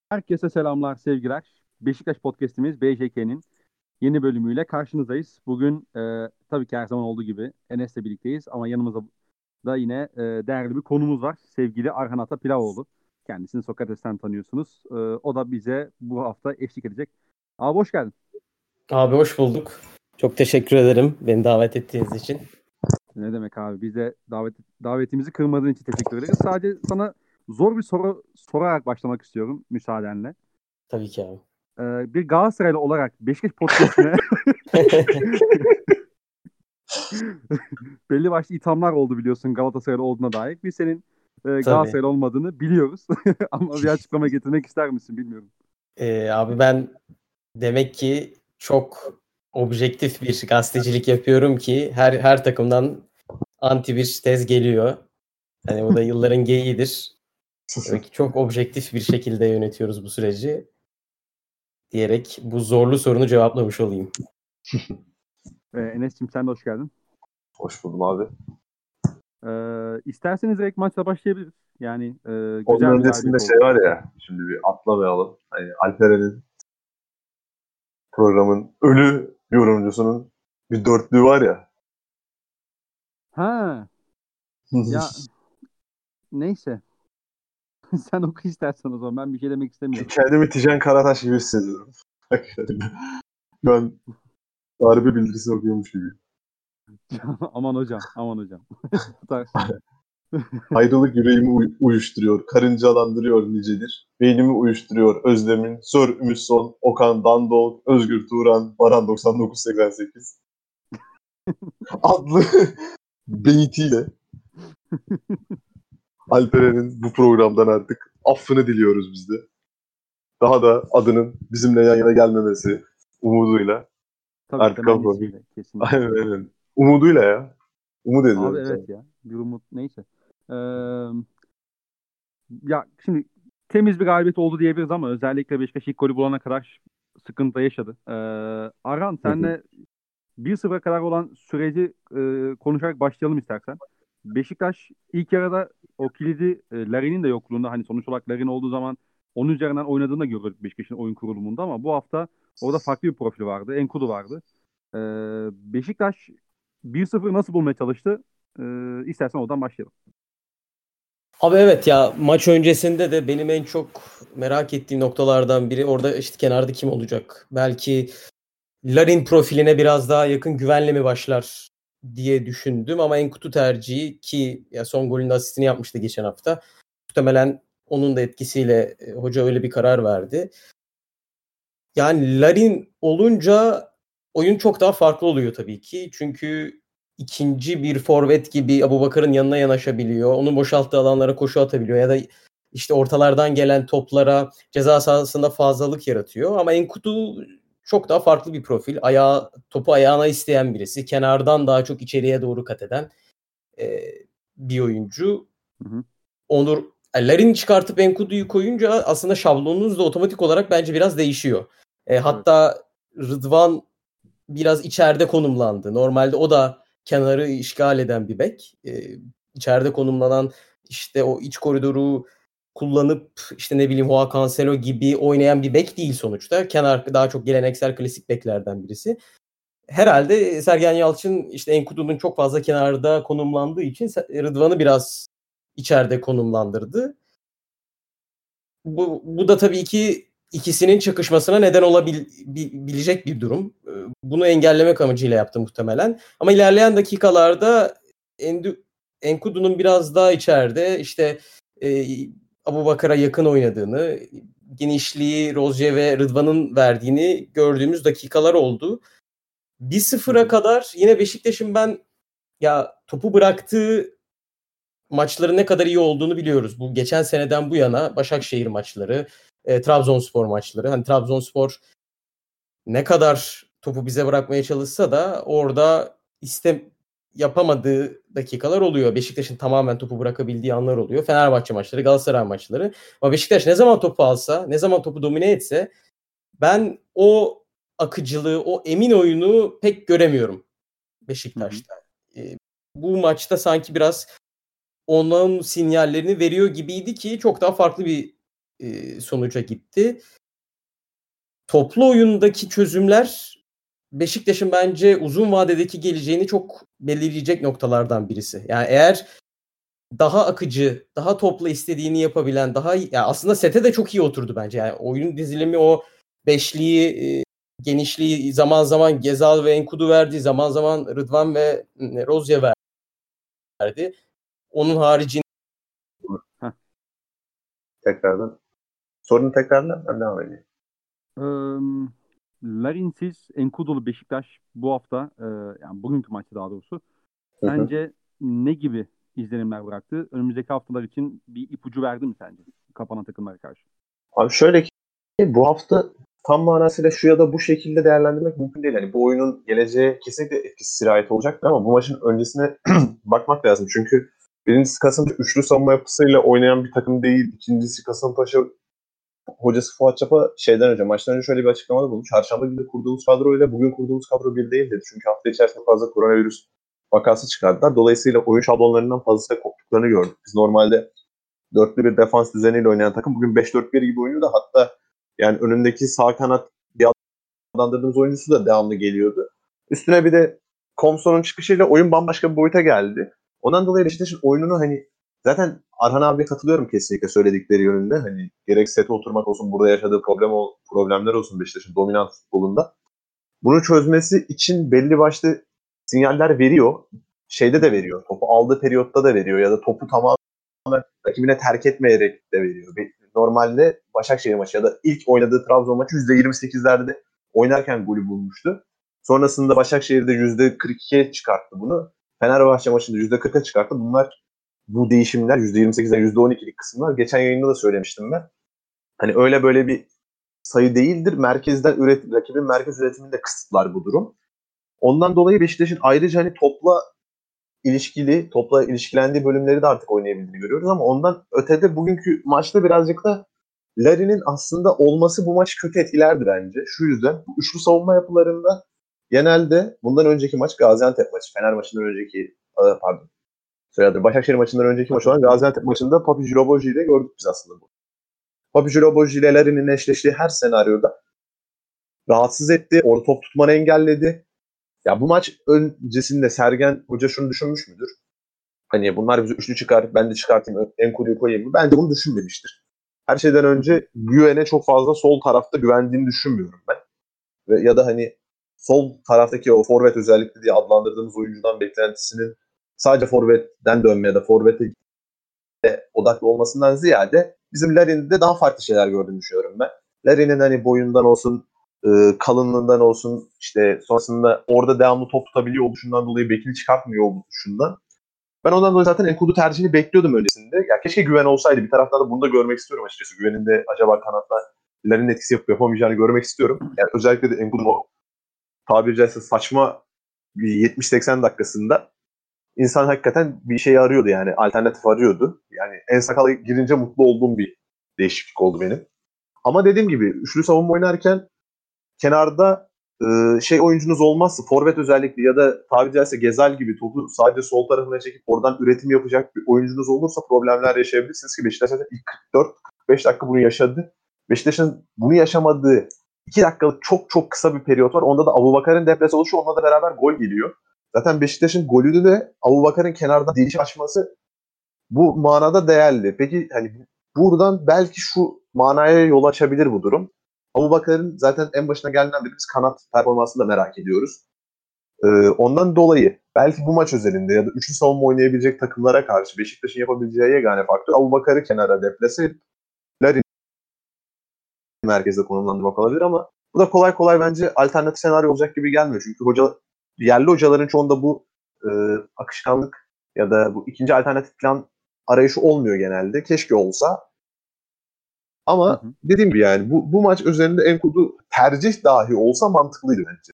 Herkese selamlar, sevgiler. Beşiktaş Podcast'imiz BJK'nin yeni bölümüyle karşınızdayız. Bugün tabii ki her zaman olduğu gibi Enes'le birlikteyiz ama yanımızda da yine değerli bir konumuz var. Sevgili Arhan Ata Pilavoğlu. Kendisini Sokrates'ten tanıyorsunuz. O da bize bu hafta eşlik edecek. Abi hoş geldin. Abi hoş bulduk. Çok teşekkür ederim beni davet ettiğiniz için. Ne demek abi? Bize davetimizi kırmadığın için teşekkür ederiz. Sadece sana zor bir soru sorarak başlamak istiyorum müsaadenle. Tabii ki abi. Bir Galatasaraylı olarak Beşiktaş Podcast'ine belli başlı ithamlar oldu biliyorsun Galatasaraylı olduğuna dair. Biz senin Tabii. Galatasaraylı olmadığını biliyoruz. Ama bir açıklama getirmek ister misin bilmiyorum. Abi ben demek ki çok objektif bir gazetecilik yapıyorum ki her takımdan anti bir tez geliyor. Hani o da yılların geyiğidir. Demek ki çok objektif bir şekilde yönetiyoruz bu süreci diyerek bu zorlu sorunu cevaplamış olayım. Enes'cim sen de hoş geldin. Hoş buldum abi. İsterseniz direkt maçla başlayabiliriz. Yani Onun güzel bir öncesinde galibiyet şey oldu. var ya, şimdi bir atlamayalım. Hani Alperen'in programın ölü yorumcusunun bir dörtlüğü var ya. Ha ya neyse. Sen oku istersen o zaman. Ben bir şey demek istemiyorum. Kendimi Tijen Karataş gibi hissediyorum. Şu an darbe bildirisi okuyormuş gibi. Aman hocam, aman hocam. Tutarsın. Ayrılık yüreğimi uyuşturuyor, karıncalandırıyor nicedir. Beynimi uyuşturuyor Özlem'in, Sör Ümit Son, Okan Dandol, Özgür Turan, Baran 9988 adlı beytiyle Alperen'in bu programdan artık affını diliyoruz biz de. Daha da adının bizimle yan yana gelmemesi umuduyla. Tabii Artık kafa. temennisiyle kesinlikle. Aynen aynen. Umuduyla ya. Umut Abi ediyorum sana. evet ya. Bir umut neyse. Ee, Ya şimdi temiz bir galibiyet oldu diyebiliriz ama özellikle Beşiktaş ilk golü bulana kadar sıkıntı yaşadı. Arhan Hı hı. senle 1-0'a kadar olan süreci konuşarak başlayalım istersen. Beşiktaş ilk yarıda o kilidi Larin'in de yokluğunda hani sonuç olarak Larin olduğu zaman onun üzerinden oynadığını da gördük Beşiktaş'ın oyun kurulumunda ama bu hafta orada farklı bir profil vardı. Enkudu vardı. Beşiktaş 1-0 nasıl bulmaya çalıştı? İstersen oradan başlayalım. Abi evet ya, maç öncesinde de benim en çok merak ettiğim noktalardan biri orada işte kenarda kim olacak? Belki Larin profiline biraz daha yakın Güvenle mi başlar diye düşündüm ama Enkutu tercihi ki ya son golün asistini yapmıştı geçen hafta. Muhtemelen onun da etkisiyle hoca öyle bir karar verdi. Yani Larin olunca oyun çok daha farklı oluyor tabii ki. Çünkü ikinci bir forvet gibi Abubakar'ın yanına yanaşabiliyor. Onun boşalttığı alanlara koşu atabiliyor ya da işte ortalardan gelen toplara ceza sahasında fazlalık yaratıyor. Ama Enkudu çok daha farklı bir profil. Topu ayağına isteyen birisi. Kenardan daha çok içeriye doğru kat eden e, bir oyuncu. Hı hı. Larin'i çıkartıp Enkudu'yu koyunca aslında şablonunuz da otomatik olarak bence biraz değişiyor. Evet. Hatta Rıdvan biraz içeride konumlandı. Normalde o da kenarı işgal eden bir bek. İçeride konumlanan işte o iç koridoru kullanıp işte ne bileyim Joao Cancelo gibi oynayan bir bek değil sonuçta. Kenar daha çok geleneksel klasik beklerden birisi. Herhalde Sergen Yalçın işte Enkudu'nun çok fazla kenarda konumlandığı için Rıdvan'ı biraz içeride konumlandırdı. Bu da tabii ki ikisinin çakışmasına neden olabilecek bir durum. Bunu engellemek amacıyla yaptı muhtemelen. Ama ilerleyen dakikalarda Enkudu'nun biraz daha içeride işte Abubakar'a yakın oynadığını, genişliği Rozier ve Rıdvan'ın verdiğini gördüğümüz dakikalar oldu. Hı 1-0'a hı. kadar yine Beşiktaş'ın ya topu bıraktığı maçların ne kadar iyi olduğunu biliyoruz. Bu geçen seneden bu yana Başakşehir maçları, Trabzonspor maçları. Hani Trabzonspor ne kadar topu bize bırakmaya çalışsa da orada yapamadığı dakikalar oluyor. Beşiktaş'ın tamamen topu bırakabildiği anlar oluyor. Fenerbahçe maçları, Galatasaray maçları. Ama Beşiktaş ne zaman topu alsa, ne zaman topu domine etse ben o akıcılığı, o emin oyunu pek göremiyorum Hı hı. Beşiktaş'ta. Bu maçta sanki biraz onun sinyallerini veriyor gibiydi ki çok daha farklı bir sonuca gitti. Toplu oyundaki çözümler Beşiktaş'ın bence uzun vadedeki geleceğini çok belirleyecek noktalardan birisi. Yani eğer daha akıcı, daha toplu istediğini yapabilen, daha yani aslında sete de çok iyi oturdu bence. Yani oyun dizilimi o beşliği, genişliği zaman zaman Gezal ve Enkudu verdi, zaman zaman Rıdvan ve Rozya verdi. Onun haricinde Tekrardan. Sorunu tekrardan ben devam edeyim. Larinsiz Enkudu'lu Beşiktaş bu hafta yani bugünkü maçta daha doğrusu Hı hı. sence ne gibi izlenimler bıraktı? Önümüzdeki haftalar için bir ipucu verdi mi sence kapanan takımlara karşı? Abi şöyle ki bu hafta tam manasıyla şu ya da bu şekilde değerlendirmek mümkün değil. Yani bu oyunun geleceğe kesinlikle etkisi sirayet olacaktır ama bu maçın öncesine bakmak lazım. Çünkü birincisi Kasımpaşa üçlü savunma yapısıyla oynayan bir takım değil. İkincisi Kasımpaşa hocası Fuat Çapa maçtan önce şöyle bir açıklamada bulmuş. Çarşamba günü kurduğumuz kadroyla bugün kurduğumuz kadro bir değil dedi. Çünkü hafta içerisinde fazla koronavirüs vakası çıkardılar. Dolayısıyla oyun şablonlarından fazlasıyla koptuklarını gördük. Biz normalde dörtlü bir defans düzeniyle oynayan takım bugün 5-4-1 gibi oynuyordu. Hatta yani önündeki sağ kanat diye adlandırdığımız oyuncusu da devamlı geliyordu. Üstüne bir de Komson'un çıkışıyla oyun bambaşka bir boyuta geldi. Ondan dolayı Beşiktaş'ın oyununu zaten Arhan abiye katılıyorum kesinlikle söyledikleri yönünde. Gerek sete oturmak olsun, burada yaşadığı problemler olsun Beşiktaş'ın dominant futbolunda. Bunu çözmesi için belli başlı sinyaller veriyor. Şeyde de veriyor. Topu aldığı periyotta da veriyor ya da topu tamamen rakibine terk etmeyerek de veriyor. Normalde Başakşehir maçı ya da ilk oynadığı Trabzon maçı %28'lerde oynarken golü bulmuştu. Sonrasında Başakşehir'de %42'ye çıkarttı bunu. Fenerbahçe maçında %40'a çıkarttı. Bu değişimler %28'den %12'lik kısımlar. Geçen yayında da söylemiştim ben. Öyle böyle bir sayı değildir. Rakibin merkez üretimini de kısıtlar bu durum. Ondan dolayı Beşiktaş'ın ayrıca topla ilişkilendiği bölümleri de artık oynayabildiğini görüyoruz ama ondan ötede bugünkü maçta birazcık da Larin'in aslında olması bu maçı kötü etkilerdi bence. Şu yüzden üçlü savunma yapılarında genelde bundan önceki maç Gaziantep maçı, Fener maçından önceki Başakşehir maçından önceki maç olan Gaziantep maçında Papi Jiroboji ile gördük biz aslında bu. Papi Jiroboji ile Larin'in eşleştiği her senaryoda rahatsız etti, orada top tutmanı engelledi. Ya bu maç öncesinde Sergen Hoca şunu düşünmüş müdür? Bunlar bizi üçlü çıkar, ben de çıkartayım, Enkudu'yu koyayım mı? Bence bunu düşünmemiştir. Her şeyden önce güvene çok fazla sol tarafta güvendiğini düşünmüyorum ben. Ya da sol taraftaki o forvet özellikle diye adlandırdığımız oyuncudan beklentisinin sadece forvetten dönmeye ya da forvete odaklı olmasından ziyade bizim Larin'de daha farklı şeyler gördüğünü düşünüyorum ben. Larin'in boyundan olsun, kalınlığından olsun, işte sonrasında orada devamlı top tutabiliyor oluşundan dolayı bekini çıkartmıyor oluşundan. Ben ondan dolayı zaten Enkudu tercihini bekliyordum öncesinde. Ya keşke Güven olsaydı. Bir taraftan da bunu da görmek istiyorum açıkçası. Güven'in de acaba kanatta Larin'in etkisi yapıp yapamayacağını görmek istiyorum. Yani özellikle de Enkudu'nun o tabiri caizse saçma bir 70-80 dakikasında insan hakikaten bir şey arıyordu yani. Alternatif arıyordu. Yani En Sakal'a girince mutlu olduğum bir değişiklik oldu benim. Ama dediğim gibi üçlü savunma oynarken kenarda oyuncunuz olmazsa forvet özellikle ya da tabiri caizse Gezal gibi topu sadece sol tarafına çekip oradan üretim yapacak bir oyuncunuz olursa problemler yaşayabilirsiniz ki Beşiktaş zaten ilk 44-45 dakika bunu yaşadı. Beşiktaş'ın bunu yaşamadığı 2 dakikalık çok çok kısa bir periyot var. Onda da Abubakar'ın depresi oluşu, onunla da beraber gol geliyor. Zaten Beşiktaş'ın golünü de Abubakar'ın kenardan deliş açması bu manada değerli. Peki buradan belki şu manaya yol açabilir bu durum. Abubakar'ın zaten en başına geldiğinden beri biz kanat performansını da merak ediyoruz. Ondan dolayı belki bu maç özelinde ya da üçlü savunma oynayabilecek takımlara karşı Beşiktaş'ın yapabileceği yegane faktör Abubakar'ı kenara deplase edip Larin'i merkeze konumlandırmak olabilir ama bu da kolay kolay bence alternatif senaryo olacak gibi gelmiyor. Çünkü yerli hocaların çoğunda bu akışkanlık ya da bu ikinci alternatif plan arayışı olmuyor genelde. Keşke olsa. Ama dediğim gibi bu maç üzerinde Enkudu tercih dahi olsa mantıklıydı bence.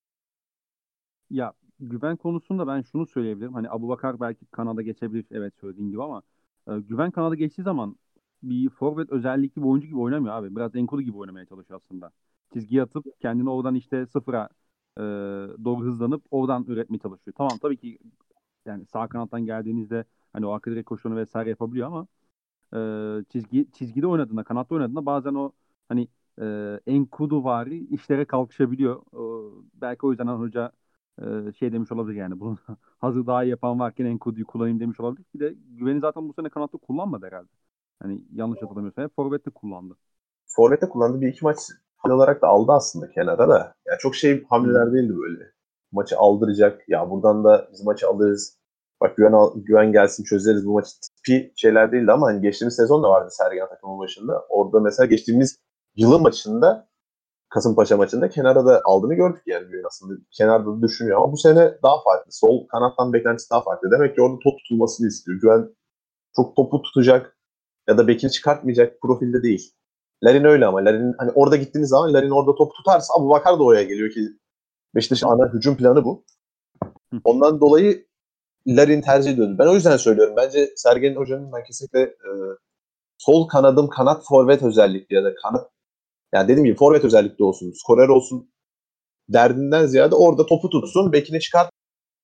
Ya güven konusunda ben şunu söyleyebilirim. Abubakar belki kanada geçebilir, evet, söylediğin gibi ama güven kanada geçtiği zaman bir forvet özellikli bir oyuncu gibi oynamıyor abi. Biraz Enkudu gibi oynamaya çalışıyor aslında. Çizgiye atıp kendini oradan işte sıfıra doğru hızlanıp oradan üretmeye çalışıyor. Tamam, tabii ki yani sağ kanattan geldiğinizde o arka direk koşularını vesaire yapabiliyor ama çizgide oynadığında, kanatta oynadığında bazen o hani Enkuduvari işlere kalkışabiliyor. Belki o yüzden hoca şey demiş olabilir yani. Bunu hazır daha iyi yapan varken Enkudu'yu kullanayım demiş olabilir. Bir de Güven'i zaten bu sene kanatta kullanmadı herhalde. Hani yanlış hatırlamıyorsam hep forvette kullandı. Forvet'te kullandığı bir iki maç hal olarak da aldı aslında kenara da. Yani çok şey hamleler değildi böyle. Maçı aldıracak. Ya buradan da biz maçı alırız. Bak güven gelsin çözeriz bu maçı tipi şeyler değildi ama hani geçtiğimiz sezon da vardı Sergen takımın başında. Orada mesela geçtiğimiz yılın maçında Kasımpaşa maçında kenara da aldığını gördük yani Güven aslında. Kenarda da düşünüyor ama bu sene daha farklı. Sol kanattan beklentisi daha farklı. Demek ki orada top tutulmasını istiyor. Güven çok topu tutacak ya da bekini çıkartmayacak profilde değil. Larin öyle ama Larin hani orada gittiğiniz zaman Larin orada top tutarsa Abubakar da oraya geliyor ki Beşiktaş'ın ana hücum planı bu. Ondan dolayı Larin tercih ediyordu. Ben o yüzden söylüyorum. Bence Sergen Hoca'nın ben kesinlikle sol kanadım kanat forvet özellikle ya da kanat yani dediğim gibi forvet özellikle olsun, skorer olsun derdinden ziyade orada topu tutsun, bekini çıkart.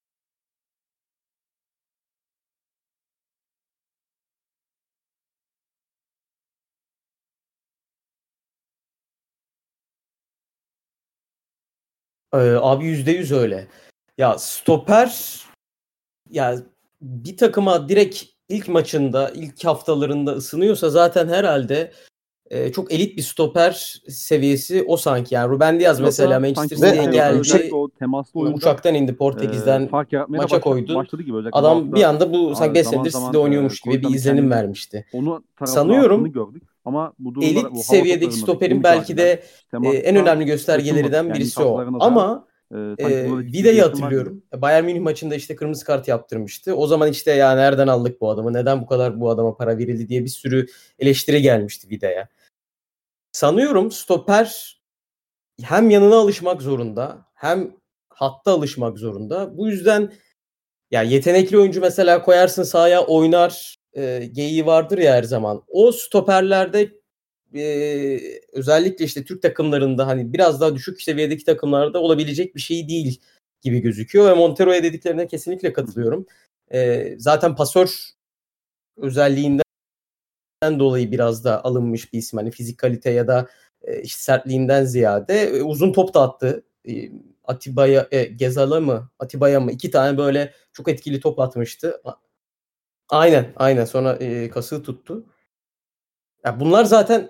Abi %100 öyle. Ya stoper, ya bir takıma direkt ilk maçında, ilk haftalarında ısınıyorsa zaten herhalde çok elit bir stoper seviyesi o sanki. Yani Ruben Diaz mesela Yoksa Manchester sanki City'ye Montero'da özellikle geldi. o temaslı oyunda Uçaktan indi Portekiz'den fark yaratmaya da maça koydu. başladı gibi özellikle bu Adam bir hafta anda bu sanki 5 zaman senedir City'de zaman oynuyormuş gibi bir Koyta'nın izlenim kendini vermişti. onu tarafına attığını Sanıyorum gördük. Ama bu durumda elit bu hava seviyedeki toplarında stoperin bu belki mücadelelerde de en temasa önemli kaçınmadık. göstergelerinden Yani ilk birisi o. haftalarına dayalı Ama sanki burada da hiçbir Vida'yı değişim var gibi. hatırlıyorum. Bayern Münih maçında işte kırmızı kart yaptırmıştı. O zaman işte ya nereden aldık bu adamı? Neden bu kadar bu adama para verildi diye bir sürü eleştiri gelmişti Vida'ya. Sanıyorum stoper hem yanına alışmak zorunda hem hatta alışmak zorunda. Bu yüzden ya yetenekli oyuncu mesela koyarsın sahaya oynar geyiği vardır ya her zaman. O stoperlerde özellikle işte Türk takımlarında hani biraz daha düşük seviyedeki takımlarda olabilecek bir şey değil gibi gözüküyor ve Montero'ya dediklerine kesinlikle katılıyorum. Zaten pasör özelliğinden dolayı biraz da alınmış bir isim. Hani fizik kalite ya da işte sertliğinden ziyade uzun top da attı. Atiba'ya Gezal'a mı Atiba'ya mı 2 tane böyle çok etkili top atmıştı. Aynen sonra kasığı tuttu. Ya bunlar zaten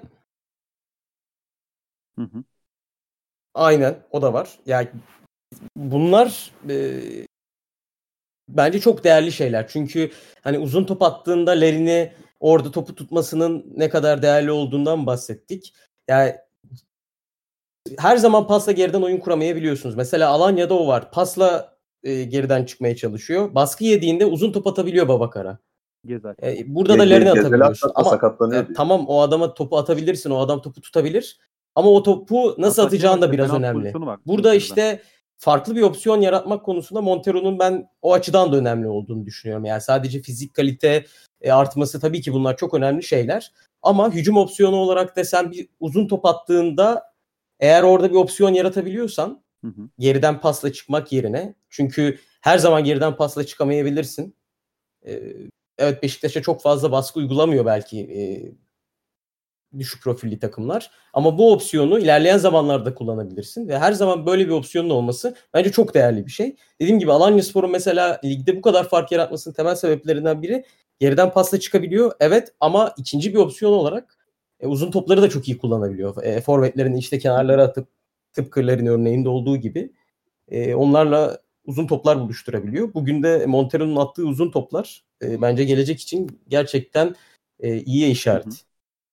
Hı hı. aynen o da var. Yani bunlar bence çok değerli şeyler. Çünkü hani uzun top attığında Larin'i orada topu tutmasının ne kadar değerli olduğundan bahsettik. Yani her zaman pasla geriden oyun kuramayabiliyorsunuz. Mesela Alanya'da o var. Pasla geriden çıkmaya çalışıyor. Baskı yediğinde uzun top atabiliyor Babakar'a. Gezer. Burada da Larin'e Gezel atabiliyorsun. hatta Ama sakatlanıyor diye. tamam o adama topu atabilirsin. O adam topu tutabilir. Ama o topu nasıl Hatta şey atacağın da maçta biraz penaltı önemli. pozisyonu var Burada Inter'den. işte farklı bir opsiyon yaratmak konusunda Montero'nun ben o açıdan da önemli olduğunu düşünüyorum. Yani sadece fizik kalite artması tabii ki bunlar çok önemli şeyler. Ama hücum opsiyonu olarak desen bir uzun top attığında eğer orada bir opsiyon yaratabiliyorsan Hı hı. geriden pasla çıkmak yerine çünkü her zaman geriden pasla çıkamayabilirsin. Evet Beşiktaş'a çok fazla baskı uygulamıyor belki düşük profilli takımlar. Ama bu opsiyonu ilerleyen zamanlarda kullanabilirsin. Ve her zaman böyle bir opsiyonun olması bence çok değerli bir şey. Dediğim gibi Alanyaspor'un mesela ligde bu kadar fark yaratmasının temel sebeplerinden biri geriden pasla çıkabiliyor. Evet ama ikinci bir opsiyon olarak uzun topları da çok iyi kullanabiliyor. Forvetlerini işte kenarlara atıp tıpkı Larin örneğinde olduğu gibi onlarla uzun toplar buluşturabiliyor. Bugün de Montero'nun attığı uzun toplar bence gelecek için gerçekten iyi Hı hı. işaret.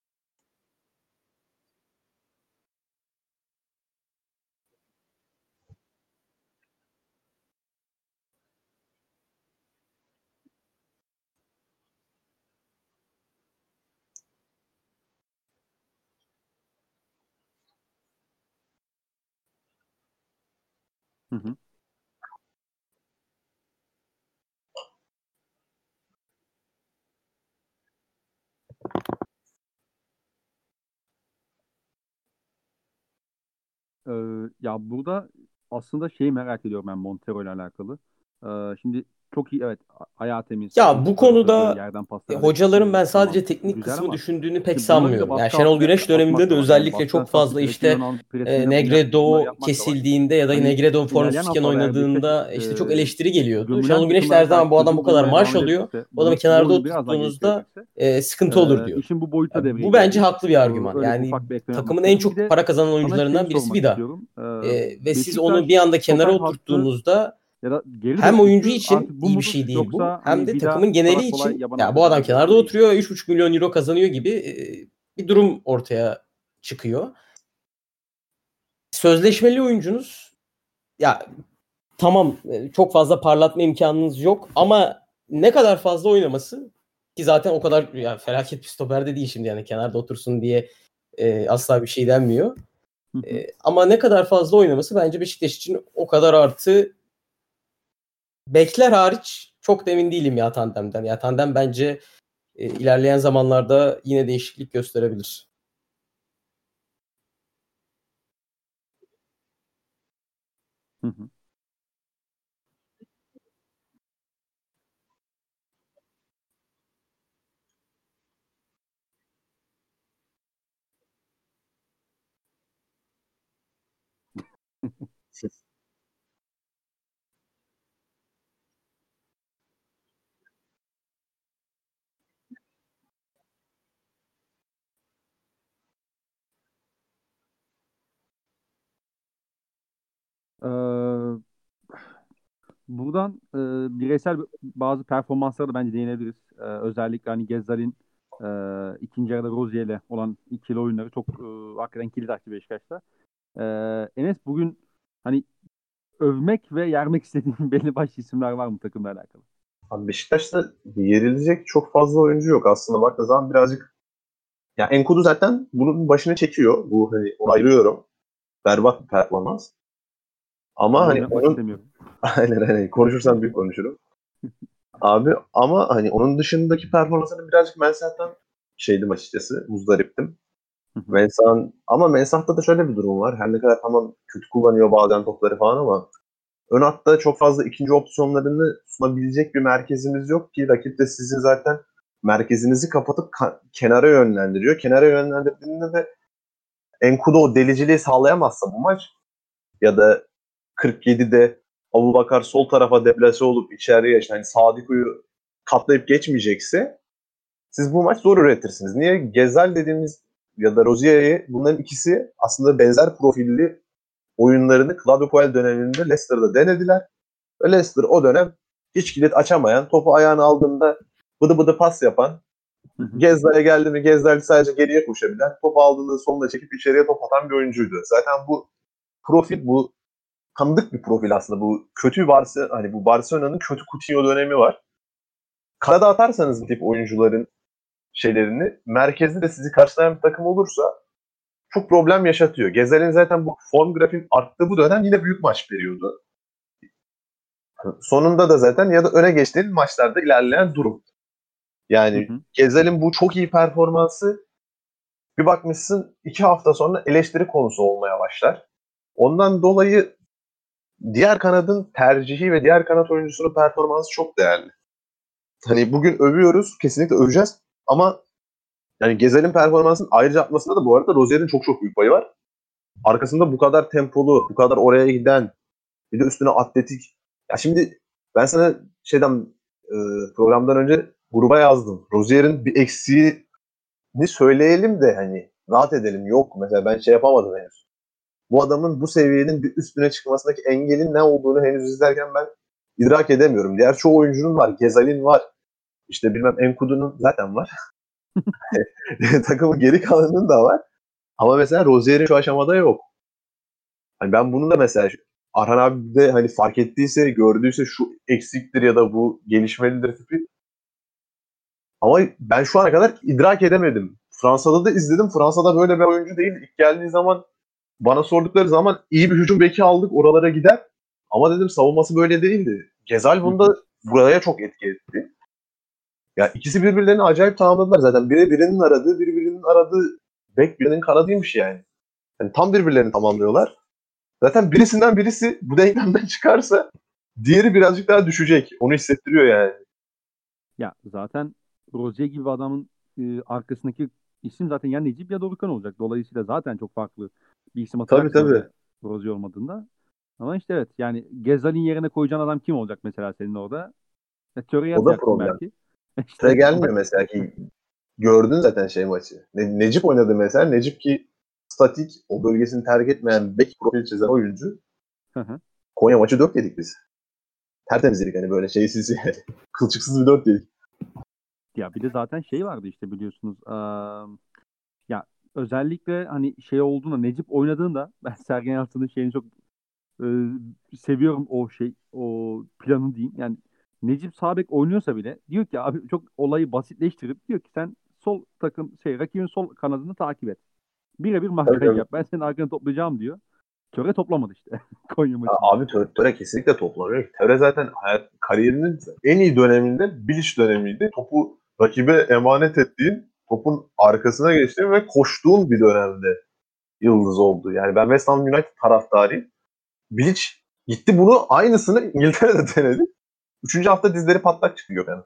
Hı hı. Ya burada aslında şeyi merak ediyorum ben Montero ile alakalı. Şimdi çok iyi, evet, ayağı temiz. Ya bu konuda yerden paslar hocaların ben tamam, sadece teknik güzel kısmı ama düşündüğünü pek şimdi bunları bir de sanmıyorum. Yani baskı Şenol altında Güneş döneminde atmak de da var. Yani özellikle baskı çok altında fazla atıp rakibi işte ön alıp presini bunları Negredo yapmak da var. kesildiğinde ya da Hani Negredo ilerleyen formsuzken haftalarda eğer Beşiktaş oynadığında işte çok eleştiri geliyordu. gömülen Şenol Güneş de takımlara her zaman karşı bu adam bu çözüm kadar bulmaya maaş devam alıyor. edebilirse, Bu adamı bu kenarda oyunu biraz daha oturttuğunuzda geliştirebilirse sıkıntı olur diyor. işin bu boyutu da devreye Bu bence girebilir. haklı bir argüman. Öyle bir Yani ufak bir ekleme yapmak takımın en istedim. Bir çok de para kazanan sana şeyi oyuncularından birisi sormak Vida. istiyorum. Ve siz onu bir Beşiktaş anda kenara stoper hattı oturttuğunuzda ya da geri hem dört oyuncu üçlü artık için bu iyi bir mudur? şey değil bu. Yoksa Hem hani de Vida takımın bu kadar geneli kolay için yaban ya bu adam aldırılabilecek bir adam kenarda değil mi? oturuyor 3,5 milyon euro kazanıyor gibi bir durum ortaya çıkıyor. Sözleşmeli oyuncunuz ya tamam çok fazla parlatma imkanınız yok ama ne kadar fazla oynaması ki zaten o kadar yani felaket bir stoper de değil şimdi yani kenarda otursun diye asla bir şey denmiyor. Ama ne kadar fazla oynaması bence Beşiktaş için o kadar artı. Bekler hariç çok da emin değilim ya tandemden. Ya tandem bence ilerleyen zamanlarda yine değişiklik gösterebilir. Hı hı. Ee, Buradan bireysel bazı performanslara da bence değinebiliriz. Özellikle hani Gezzal'in ikinci yarıda Rozier ile olan ikili oyunları çok hakikaten kilit açtı Beşiktaş'ta. Enes, bugün hani övmek ve yermek istediğin belli başlı isimler var mı takımla alakalı? Abi Beşiktaş'ta yerilecek çok fazla oyuncu yok aslında. Baktığı zaman birazcık ya Enkudu zaten bunun başını çekiyor. Bu hani onu ayırıyorum. Berbat bir performans. Ama Yorum hani yapmak onun istemiyorum. aynen konuşursam büyük konuşurum. Abi ama hani onun dışındaki performansını birazcık Mensah'tan şeydim açıkçası. Muzdariptim. Hı hı. Ama Mensah'ta da şöyle bir durum var. Her ne kadar tamam kötü kullanıyor bazen topları falan ama ön hatta çok fazla ikinci opsiyonlarını sunabilecek bir merkezimiz yok ki rakip de sizin zaten merkezinizi kapatıp kenara yönlendiriyor. Kenara yönlendirdiğinde de Enkudu o deliciliği sağlayamazsa bu maç ya da 47'de Abubakar sol tarafa deplase olup içeriye yani Sadiku'yu katlayıp geçmeyecekse siz bu maç zor üretirsiniz. Niye? Gezel dediğimiz ya da Rozier'i bunların ikisi aslında benzer profilli oyunlarını Claudio Puel döneminde Leicester'da denediler. Ve Leicester o dönem hiç kilit açamayan, topu ayağına aldığında bıdı bıdı pas yapan, Hı hı. Gezzel'e geldi mi Gezzel sadece geriye koşabilen, topu aldığında sonuna çekip içeriye top atan bir oyuncuydu. Zaten bu profil, bu tanıdık bir profil aslında. Bu kötü hani bu Barcelona'nın kötü Coutinho dönemi var. Kanada atarsanız bu tip oyuncuların şeylerini, merkezde de sizi karşılayan bir takım olursa çok problem yaşatıyor. Gezzel'in zaten bu form grafiğin arttığı bu dönem yine büyük maç veriyordu. Sonunda da zaten ya da öne geçtiğin maçlarda ilerleyen durum. Hı Yani hı. Gezzel'in bu çok iyi performansı bir bakmışsın 2 hafta sonra eleştiri konusu olmaya başlar. Ondan dolayı diğer kanadın tercihi ve diğer kanat oyuncusunun performansı çok değerli. Hani bugün övüyoruz, kesinlikle öveceğiz ama yani Gezzel'in performansının ayrıca atmasında da bu arada Rozier'in çok çok büyük payı var. Arkasında bu kadar tempolu, bu kadar oraya giden, bir de üstüne atletik. Ya şimdi ben sana şeyden e, programdan önce gruba yazdım. Rozier'in bir eksiğini söyleyelim de hani rahat edelim. Yok mesela ben şey yapamadım henüz. Bu adamın bu seviyenin bir üstüne çıkmasındaki engelin ne olduğunu henüz izlerken ben idrak edemiyorum. Diğer çoğu oyuncunun var. Gezal'in var. İşte bilmem Enkudu'nun zaten var. Takımın geri kalanının da var. Ama mesela Rozier'in şu aşamada yok. Hani ben bunu da mesela Arhan abi de hani fark ettiyse, gördüyse şu eksiktir ya da bu gelişmelidir tipi. Ama ben şu ana kadar idrak edemedim. Fransa'da da izledim. Fransa'da böyle bir oyuncu değil. İlk geldiği zaman bana sordukları zaman iyi bir hücum beki aldık oralara gider. Ama dedim savunması böyle değildi. Gezal Hı hı. bunda buraya çok etki etti. Ya ikisi birbirlerini acayip tamamladılar zaten. Biri birinin aradığı, biri birinin aradığı bek birinin kanadıymış yani. Yani tam birbirlerini tamamlıyorlar. Zaten birisinden birisi bu denklemden çıkarsa Diğeri birazcık daha düşecek. Onu hissettiriyor yani. Ya zaten Rozier gibi bir adamın arkasındaki isim zaten ya Necip ya Dorukhan olacak. Dolayısıyla zaten çok farklı bir isim Tabii atacaksın tabii. oraya Rozier olmadığında. Ama işte evet yani Gezal'in yerine koyacağın adam kim olacak mesela senin orada? Töre'yi O da atacaksın problem. belki. Süre İşte gelmiyor mesela ki gördün zaten maçı. Necip oynadı mesela. Necip ki statik, o bölgesini terk etmeyen bek profil çizen oyuncu. Hı hı. Konya maçı 4 yedik biz. Tertemiz yedik hani böyle şeysiz yani. Kılçıksız bir 4 yedik. Ya bir de zaten şey vardı işte biliyorsunuz. Ya özellikle hani şey olduğunda Necip oynadığında ben Sergen Yalçın'ın şeyini çok seviyorum o planı diyeyim. Yani Necip sağ bek oynuyorsa bile diyor ki abi çok olayı basitleştirip diyor ki sen sol takım rakibin sol kanadını takip et. Birebir Tabii markaj tabii. yap. Ben senin arkanı toplayacağım diyor. Töre toplamadı işte Konya maçında. Abi Töre kesinlikle toplanıyor. Töre zaten kariyerinin en iyi döneminde Bilic dönemiydi. Topu rakibe emanet ettiğin, topun arkasına geçtiğin ve koştuğun bir dönemde yıldız oldu. Yani ben West Ham United taraftarıyım. Bilic gitti bunu aynısını İngiltere'de denedi. Üçüncü hafta dizleri patlak çıktı Gökhan.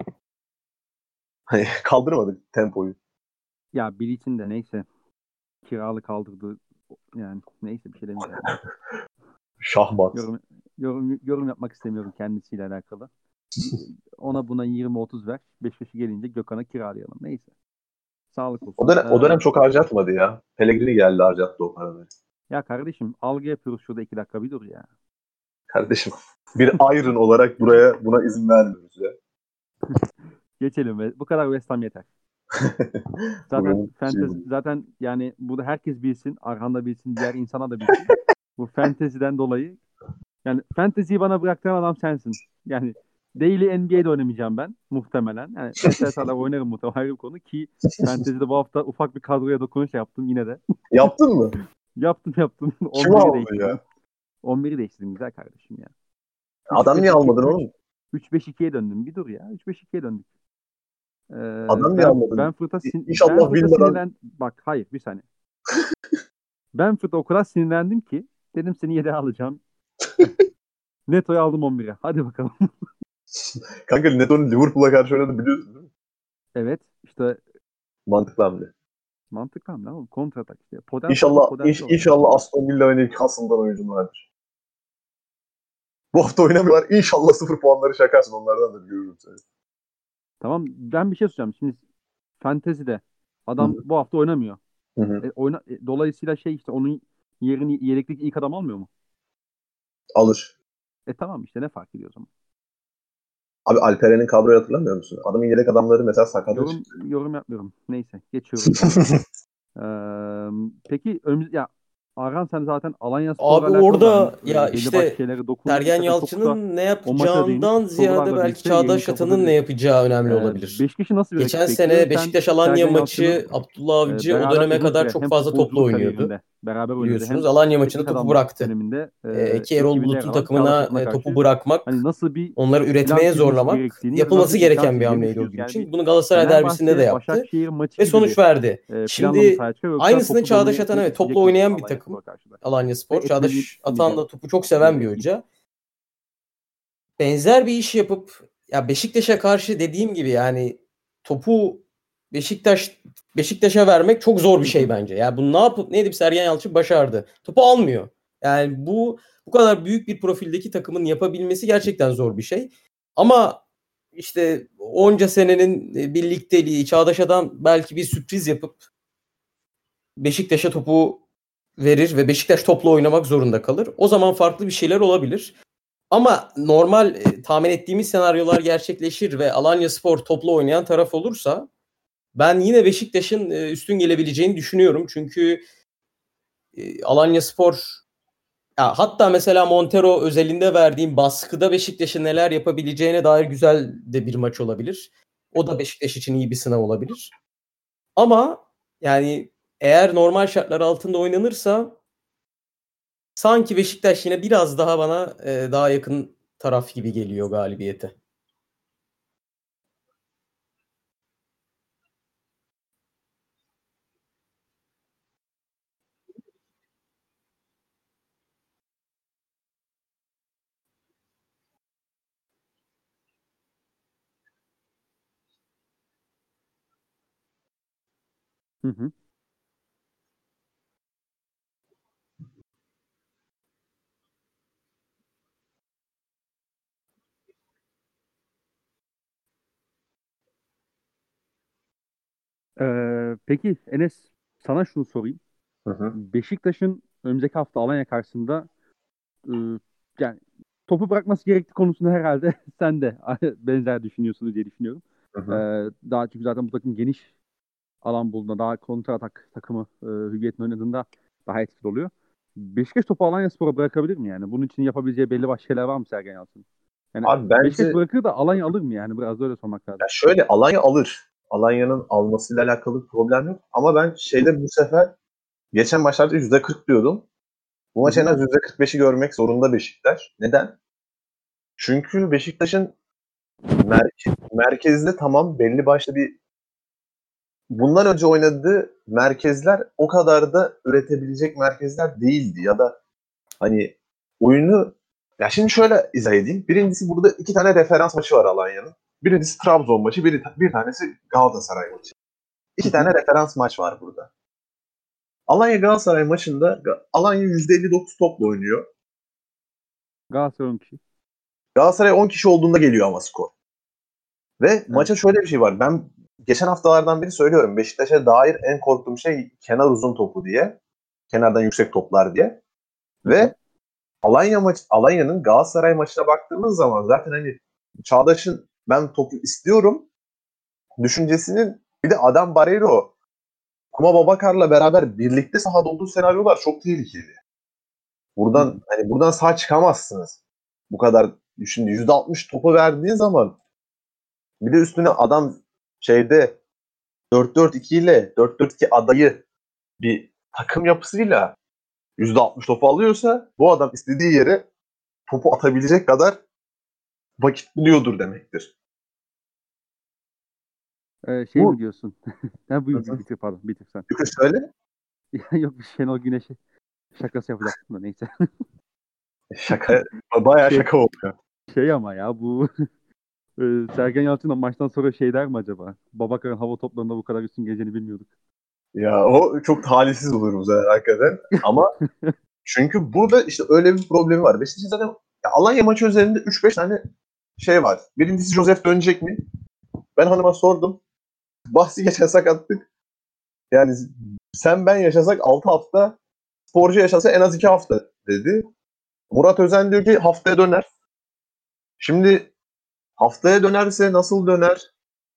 Hani kaldırmadık tempoyu. Ya biri için de neyse kiralı kaldırdı. Yani neyse bir şey demeyeceğim ya. Şahmat. Yorum yapmak istemiyorum kendisiyle alakalı. Ona buna 20-30 ver. Beşiktaş'a gelince Gökhan'a kiralayalım. Neyse. Sağlık O olsun. dönem, o dönem çok harcatmadı ya. Pellegrini geldi harcattı o paraları. Ya kardeşim algı yapıyoruz şurada 2 dakika bir dur ya. Kardeşim bir Iron olarak buna izin vermiyoruz ya. Geçelim ve bu kadar West Ham yeter. Zaten Bugün fantezi bu. zaten yani burada herkes bilsin, Arhan da bilsin, diğer insana da bilsin. Bu fanteziden dolayı yani fanteziyi bana bıraktıran adam sensin. Yani daily NBA'de oynamayacağım ben muhtemelen. Yani SSR'da oynarım muhtemelen ayrı bir konu ki fantezide bu hafta ufak bir kadroya dokunuş yaptım yine de. Yaptın mı? Yaptım. Kim 11'i aldı değiştirdim. ya? 11'i değiştirdim güzel kardeşim ya. Adam niye 3-5-2 almadın oğlum? 3-5-2'ye döndüm. Bir dur ya. 3-5-2'ye döndük. Adam niye Ben almadın? İnşallah Benford'a Villa'dan bak hayır bir saniye. Benford'a o kadar sinirlendim ki dedim seni yedeğe alacağım. Neto'yu aldım 11'e. Hadi bakalım. kanka Neto'nun Liverpool'a karşı oynadı biliyorsun değil mi? Evet işte Mantıklı hamle. mantıklı hamle ama kontratak işte. Podensial İnşallah podensial yani. inşallah Aston Villa ve Newcastle'dan oyuncun vardır. Bu hafta oynamıyorlar. İnşallah 0 puanları şakarsın. Onlardan da görürüm seni. Tamam ben bir şey soracağım. Şimdi Fantasy'de Hı adam bu hafta oynamıyor. hı. Hı. Dolayısıyla şey işte onun yerini yedekteki ilk adam almıyor mu? Alır. Tamam işte ne fark ediyor o zaman? Abi Alperen'in kadroyu hatırlamıyor musun? Adamın yedek adamları mesela sakata çıktı. Yorum yapmıyorum. Neyse geçiyoruz bunu. Peki ya Arhan sen zaten Alanyaspor'la Abi alakalı da hani orada ya belli başlı işte şeylere dokundun. Sergen İstersen çok kısa Yalçın'ın ne o maça da değinip yapacağından ziyade sorularla belki birlikte yayını Çağdaş Atan'ın ne kapatabiliriz. yapacağı önemli olabilir. Beşiktaş'ı nasıl bir rakip Geçen bekliyor? sene Sen Beşiktaş-Alanya Sergen Yalçın'ı maçı Abdullah Avcı o beraber döneme uzun kadar süre çok hem fazla toplu futbolculuk oynuyordu. kariyerinde beraber oynadı. Biliyorsunuz Hem Alanya maçında teknik topu adamlık bıraktı. döneminde Ki Erol ekibinde yer Bulut'un alan Çağdaş takımına Atan'a topu karşı hani bırakmak, nasıl bir onları plan üretmeye çizmesi zorlamak gerektiğini ya da nasıl yapılması bir plan gereken bir çizeceğini hamleydi o düşünüyorsun. gün Yani bir için. Bunu Galatasaray derbisinde de Fenerbahçe yaptı Başakşehir maçı ve gibi sonuç bir verdi. planla mı Şimdi sahaya çıkıyor yoksa aynısını topu Çağdaş domine Atan, evet, topla edecek mi oynayan bir takım Alanyaspor karşıda? Ve Alanyaspor. etmeli Çağdaş mi Atan de da topu çok seven bir diyeceksin. hoca. Benzer bir iş yapıp ya Beşiktaş'a karşı dediğim gibi yani topu Beşiktaş'a vermek çok zor bir Hı şey hı. bence. Ya bunu ne yapıp ne edip Sergen Yalçın başardı. Topu almıyor. Yani bu kadar büyük bir profildeki takımın yapabilmesi gerçekten zor bir şey. Ama işte onca senenin birlikteliği, Çağdaş Adam belki bir sürpriz yapıp Beşiktaş'a topu verir ve Beşiktaş topla oynamak zorunda kalır. O zaman farklı bir şeyler olabilir. Ama normal tahmin ettiğimiz senaryolar gerçekleşir ve Alanyaspor topla oynayan taraf olursa ben yine Beşiktaş'ın üstün gelebileceğini düşünüyorum. Çünkü Alanyaspor, ya hatta mesela Montero özelinde verdiğim baskıda Beşiktaş'ın neler yapabileceğine dair güzel de bir maç olabilir. O da Beşiktaş için iyi bir sınav olabilir. Ama yani eğer normal şartlar altında oynanırsa sanki Beşiktaş yine biraz daha bana daha yakın taraf gibi geliyor galibiyete. Hı hı. Peki Enes, sana şunu sorayım. Hı hı. Beşiktaş'ın önümüzdeki hafta Alanya karşısında e, yani topu bırakması gerektiği konusunda herhalde sen de benzer düşünüyorsunuz diye düşünüyorum. Hı Ee, hı. Daha çünkü zaten bu takım geniş alan bulduğunda, daha kontra atak takımı hüviyetin oynadığında daha etkili oluyor. Beşiktaş topu Alanyaspor'a bırakabilir mi yani? Bunun için yapabileceği belli başlı şeyler var mı Sergen Yalçın'ın? Yani Abi Beşiktaş bence bırakır da Alanya alır mı yani? Biraz da öyle sormak ya lazım. şöyle Alanya alır. Alanya'nın almasıyla alakalı bir problem yok. Ama ben şeyde bu sefer geçen maçlarda %40 diyordum. Bu Hı maç en hı. az %45'i görmek zorunda Beşiktaş. Neden? Çünkü Beşiktaş'ın merkezde tamam belli başlı bir bundan önce oynadığı merkezler o kadar da üretebilecek merkezler değildi. Ya da hani oyunu ya şimdi şöyle izah edeyim. Birincisi burada iki tane referans maçı var Alanya'nın. Birincisi Trabzon maçı, bir tanesi Galatasaray maçı. Hı İki hı. tane referans maç var burada. Alanya Galatasaray maçında Alanya %59 topla oynuyor. Galatasaray 10 kişi. Galatasaray 10 kişi olduğunda geliyor ama skor. Ve Evet. maça şöyle bir şey var. Ben geçen haftalardan beri söylüyorum. Beşiktaş'a dair en korktuğum şey kenar uzun topu diye. Kenardan yüksek toplar diye. Hı hı. Ve Alanya'nın Galatasaray maçına baktığımız zaman zaten hani Çağdaş'ın ben topu istiyorum düşüncesinin bir de Adam Barreiro Kuma Babakar'la beraber birlikte sahada olduğu senaryolar çok tehlikeli. Hı hı. Buradan sağ çıkamazsınız. Bu kadar şimdi %60 topu verdiğin zaman bir de üstüne adam şeyde 4-4-2 ile 4-4-2 adayı bir takım yapısıyla %60 topu alıyorsa bu adam istediği yere topu atabilecek kadar vakit buluyordur demektir. Şey mi Bu diyorsun? Ha, Hı buyur, hı. bitir pardon, bitir sen. Çünkü şöyle Yok, bir Şenol Güneş'e şakası yapacaktım da neyse. şaka bayağı Şey, şaka oluyor. şey ama ya bu Sergen Yalçın da maçtan sonra şey der mi acaba? Babakar'ın hava toplarında bu kadar üstün geleceğini bilmiyorduk. Ya o çok talihsiz olur bu sefer hakikaten. Ama çünkü burada işte öyle bir problemi var. Beşiktaş'ın zaten ya Alanya maçı üzerinde 3-5 tane şey var. Birincisi Josef dönecek mi? Ben hanıma sordum. Bahsi geçen sakatlık. Yani sen ben yaşasak 6 hafta, sporcu yaşasa en az 2 hafta dedi. Murat Özen diyor ki haftaya döner. Şimdi haftaya dönerse nasıl döner?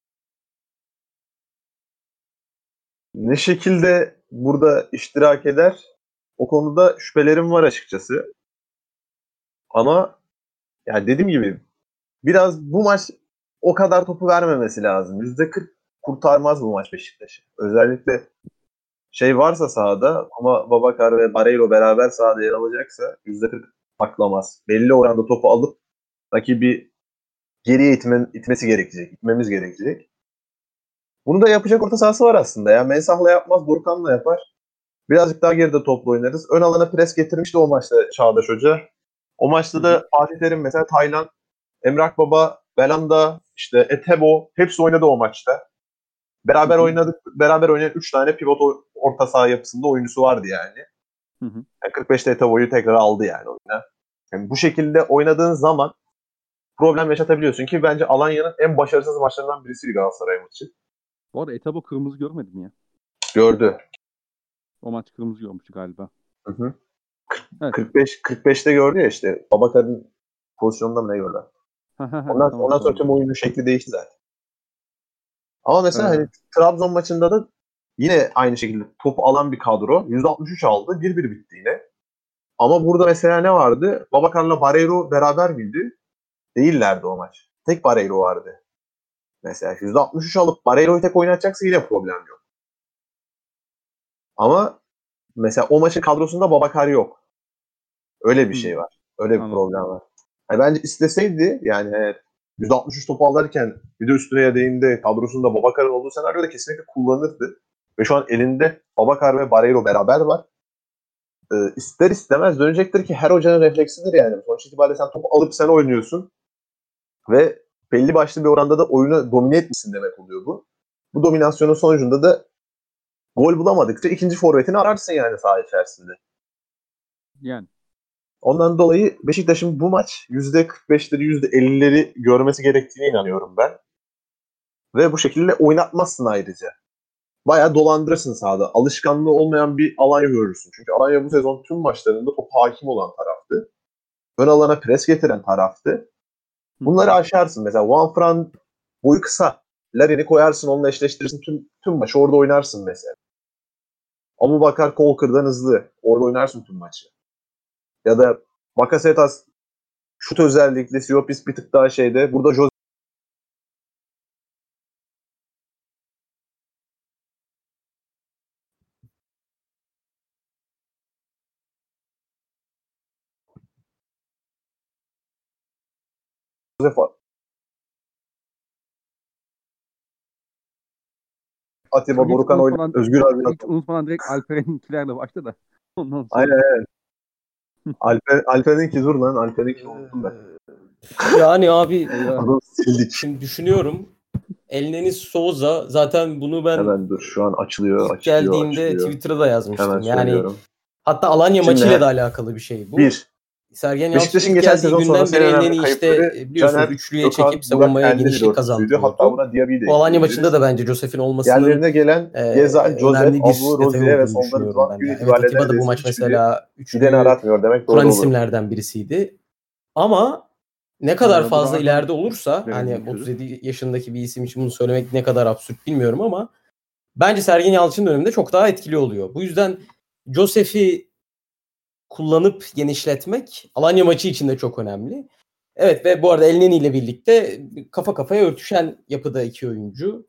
Ne şekilde burada iştirak eder? O konuda şüphelerim var açıkçası. Ama yani dediğim gibi biraz bu maç o kadar topu vermemesi lazım. %40 kurtarmaz bu maç Beşiktaş'ı. Özellikle şey varsa sahada ama Babakar ve Barreiro beraber sahada yer alacaksa %40 paklamaz. Belli oranda topu alıp rakibi geriye itmesi gerekecek. İtmemiz gerekecek. Bunu da yapacak orta sahası var aslında. Ya Mensah'la yapmaz, Burkan'la yapar. Birazcık daha geride topla oynarız. Ön alana pres getirmişti o maçta Çağdaş Hoca. O Hı maçta hı. da Fatih Terim mesela Taylan, Emrah Baba, Belanda, işte Etebo hepsi oynadı o maçta. Hı Beraber hı. oynadık. Beraber oynayan 3 tane pivot orta saha yapısında oyuncusu vardı yani. Hı hı. Yani 45'te Etebo'yu tekrar aldı yani oyuna. Yani bu şekilde oynadığın zaman problem yaşatabiliyorsun ki bence Alanya'nın en başarısız maçlarından birisiydi Galatasaray maçı. Bu arada Etabo kırmızı görmedim ya. Gördü. O maç kırmızı görmüştü galiba. Hı hı. Evet. 45'te gördü ya işte. Babakar'ın pozisyonunda mı ne gördü? Evet, tamam, Ondan sonra doğru. tüm oyunun şekli değişti zaten. Ama mesela hani Ee, Trabzon maçında da yine aynı şekilde topu alan bir kadro. %63 aldı. 1-1 bitti yine. Ama burada mesela ne vardı? Babakar'la Barreiro beraber miydi? Değillerdi o maç. Tek Barreiro vardı. Mesela %63 alıp Barreiro'yu tek oynatacaksa yine problem yok. Ama mesela o maçın kadrosunda Babakar yok. Öyle bir şey hmm, var. Öyle bir anladım. problem var. Yani bence isteseydi yani %63 topu alırken bir de üstüne yedeğinde kadrosunda Babakar'ın olduğu senaryoda kesinlikle kullanırdı. Ve şu an elinde Babakar ve Barreiro beraber var. İster istemez dönecektir ki her hocanın refleksidir yani. Sonuç itibariyle sen topu alıp sen oynuyorsun ve belli başlı bir oranda da oyunu domine etmişsin demek oluyor bu. Bu dominasyonun sonucunda da Gol bulamadıkça ikinci forvetini ararsın yani saha içerisinde. Yani. Ondan dolayı Beşiktaş'ın bu maç %45'leri %50'leri görmesi gerektiğine inanıyorum ben. Ve bu şekilde oynatmazsın ayrıca. Bayağı dolandırırsın sahada. Alışkanlığı olmayan bir Alanya görürsün. Çünkü Alanya bu sezon tüm maçlarında top hakim olan taraftı. Ön alana pres getiren taraftı. Bunları aşarsın. Mesela Juanfran boyu kısa. Larin'i koyarsın, onunla eşleştirirsin. Tüm maçı orada oynarsın mesela. Abubakar Kolkır'dan hızlı. Orada oynarsın tüm maçı. Ya da Bakasetas şut özellikle, Siopis bir tık daha şeyde. Burada Josef Atiba, Dorukhan oynar. Özgür abi. Hiç unutmadan direkt Alperen'inkilerle başladı da. Ondan sonra. Aynen. Alper'inki dur lan. Alper'inki unuttum ben. Yani abi sildik. şimdi düşünüyorum. Elneny Souza zaten bunu ben hemen dur şu an açılıyor. geldiğinde Twitter'da da yazmıştım. Hemen yani söylüyorum. hatta Alanya maçıyla da alakalı bir şey bu. Sergen Sergen Yalçın'ın geçen sezon sonrası beri en önemli Elneny kayıpları biliyorsunuz Caner, üçlüye Gökhan, çekip savunmaya Burak, genişlik Elneny kazandırıyordu. Hatta buna Diaby'i de Bu Alanya ekleyebiliriz. maçında da bence Josef'in olmasının Yerlerine gelen Gezal, Josef, önemli bir Abu, detay Rozier ve olduğunu solda düşünüyorum Rıdvan ben. Gül Yani. Evet, Atiba da bu neredeyse maç hiçbiri mesela gideni üçlüyü aratmıyor demek doğru kuran olur. isimlerden birisiydi. Ama ne kadar fazla Burak'ın ileride olursa verelim hani sözü. 37 yaşındaki bir isim için bunu söylemek ne kadar absürt bilmiyorum ama bence Sergen Yalçın döneminde çok daha etkili oluyor. Bu yüzden Josef'i kullanıp genişletmek Alanya maçı için de çok önemli. Evet ve bu arada Elneny ile birlikte kafa kafaya örtüşen yapıda iki oyuncu.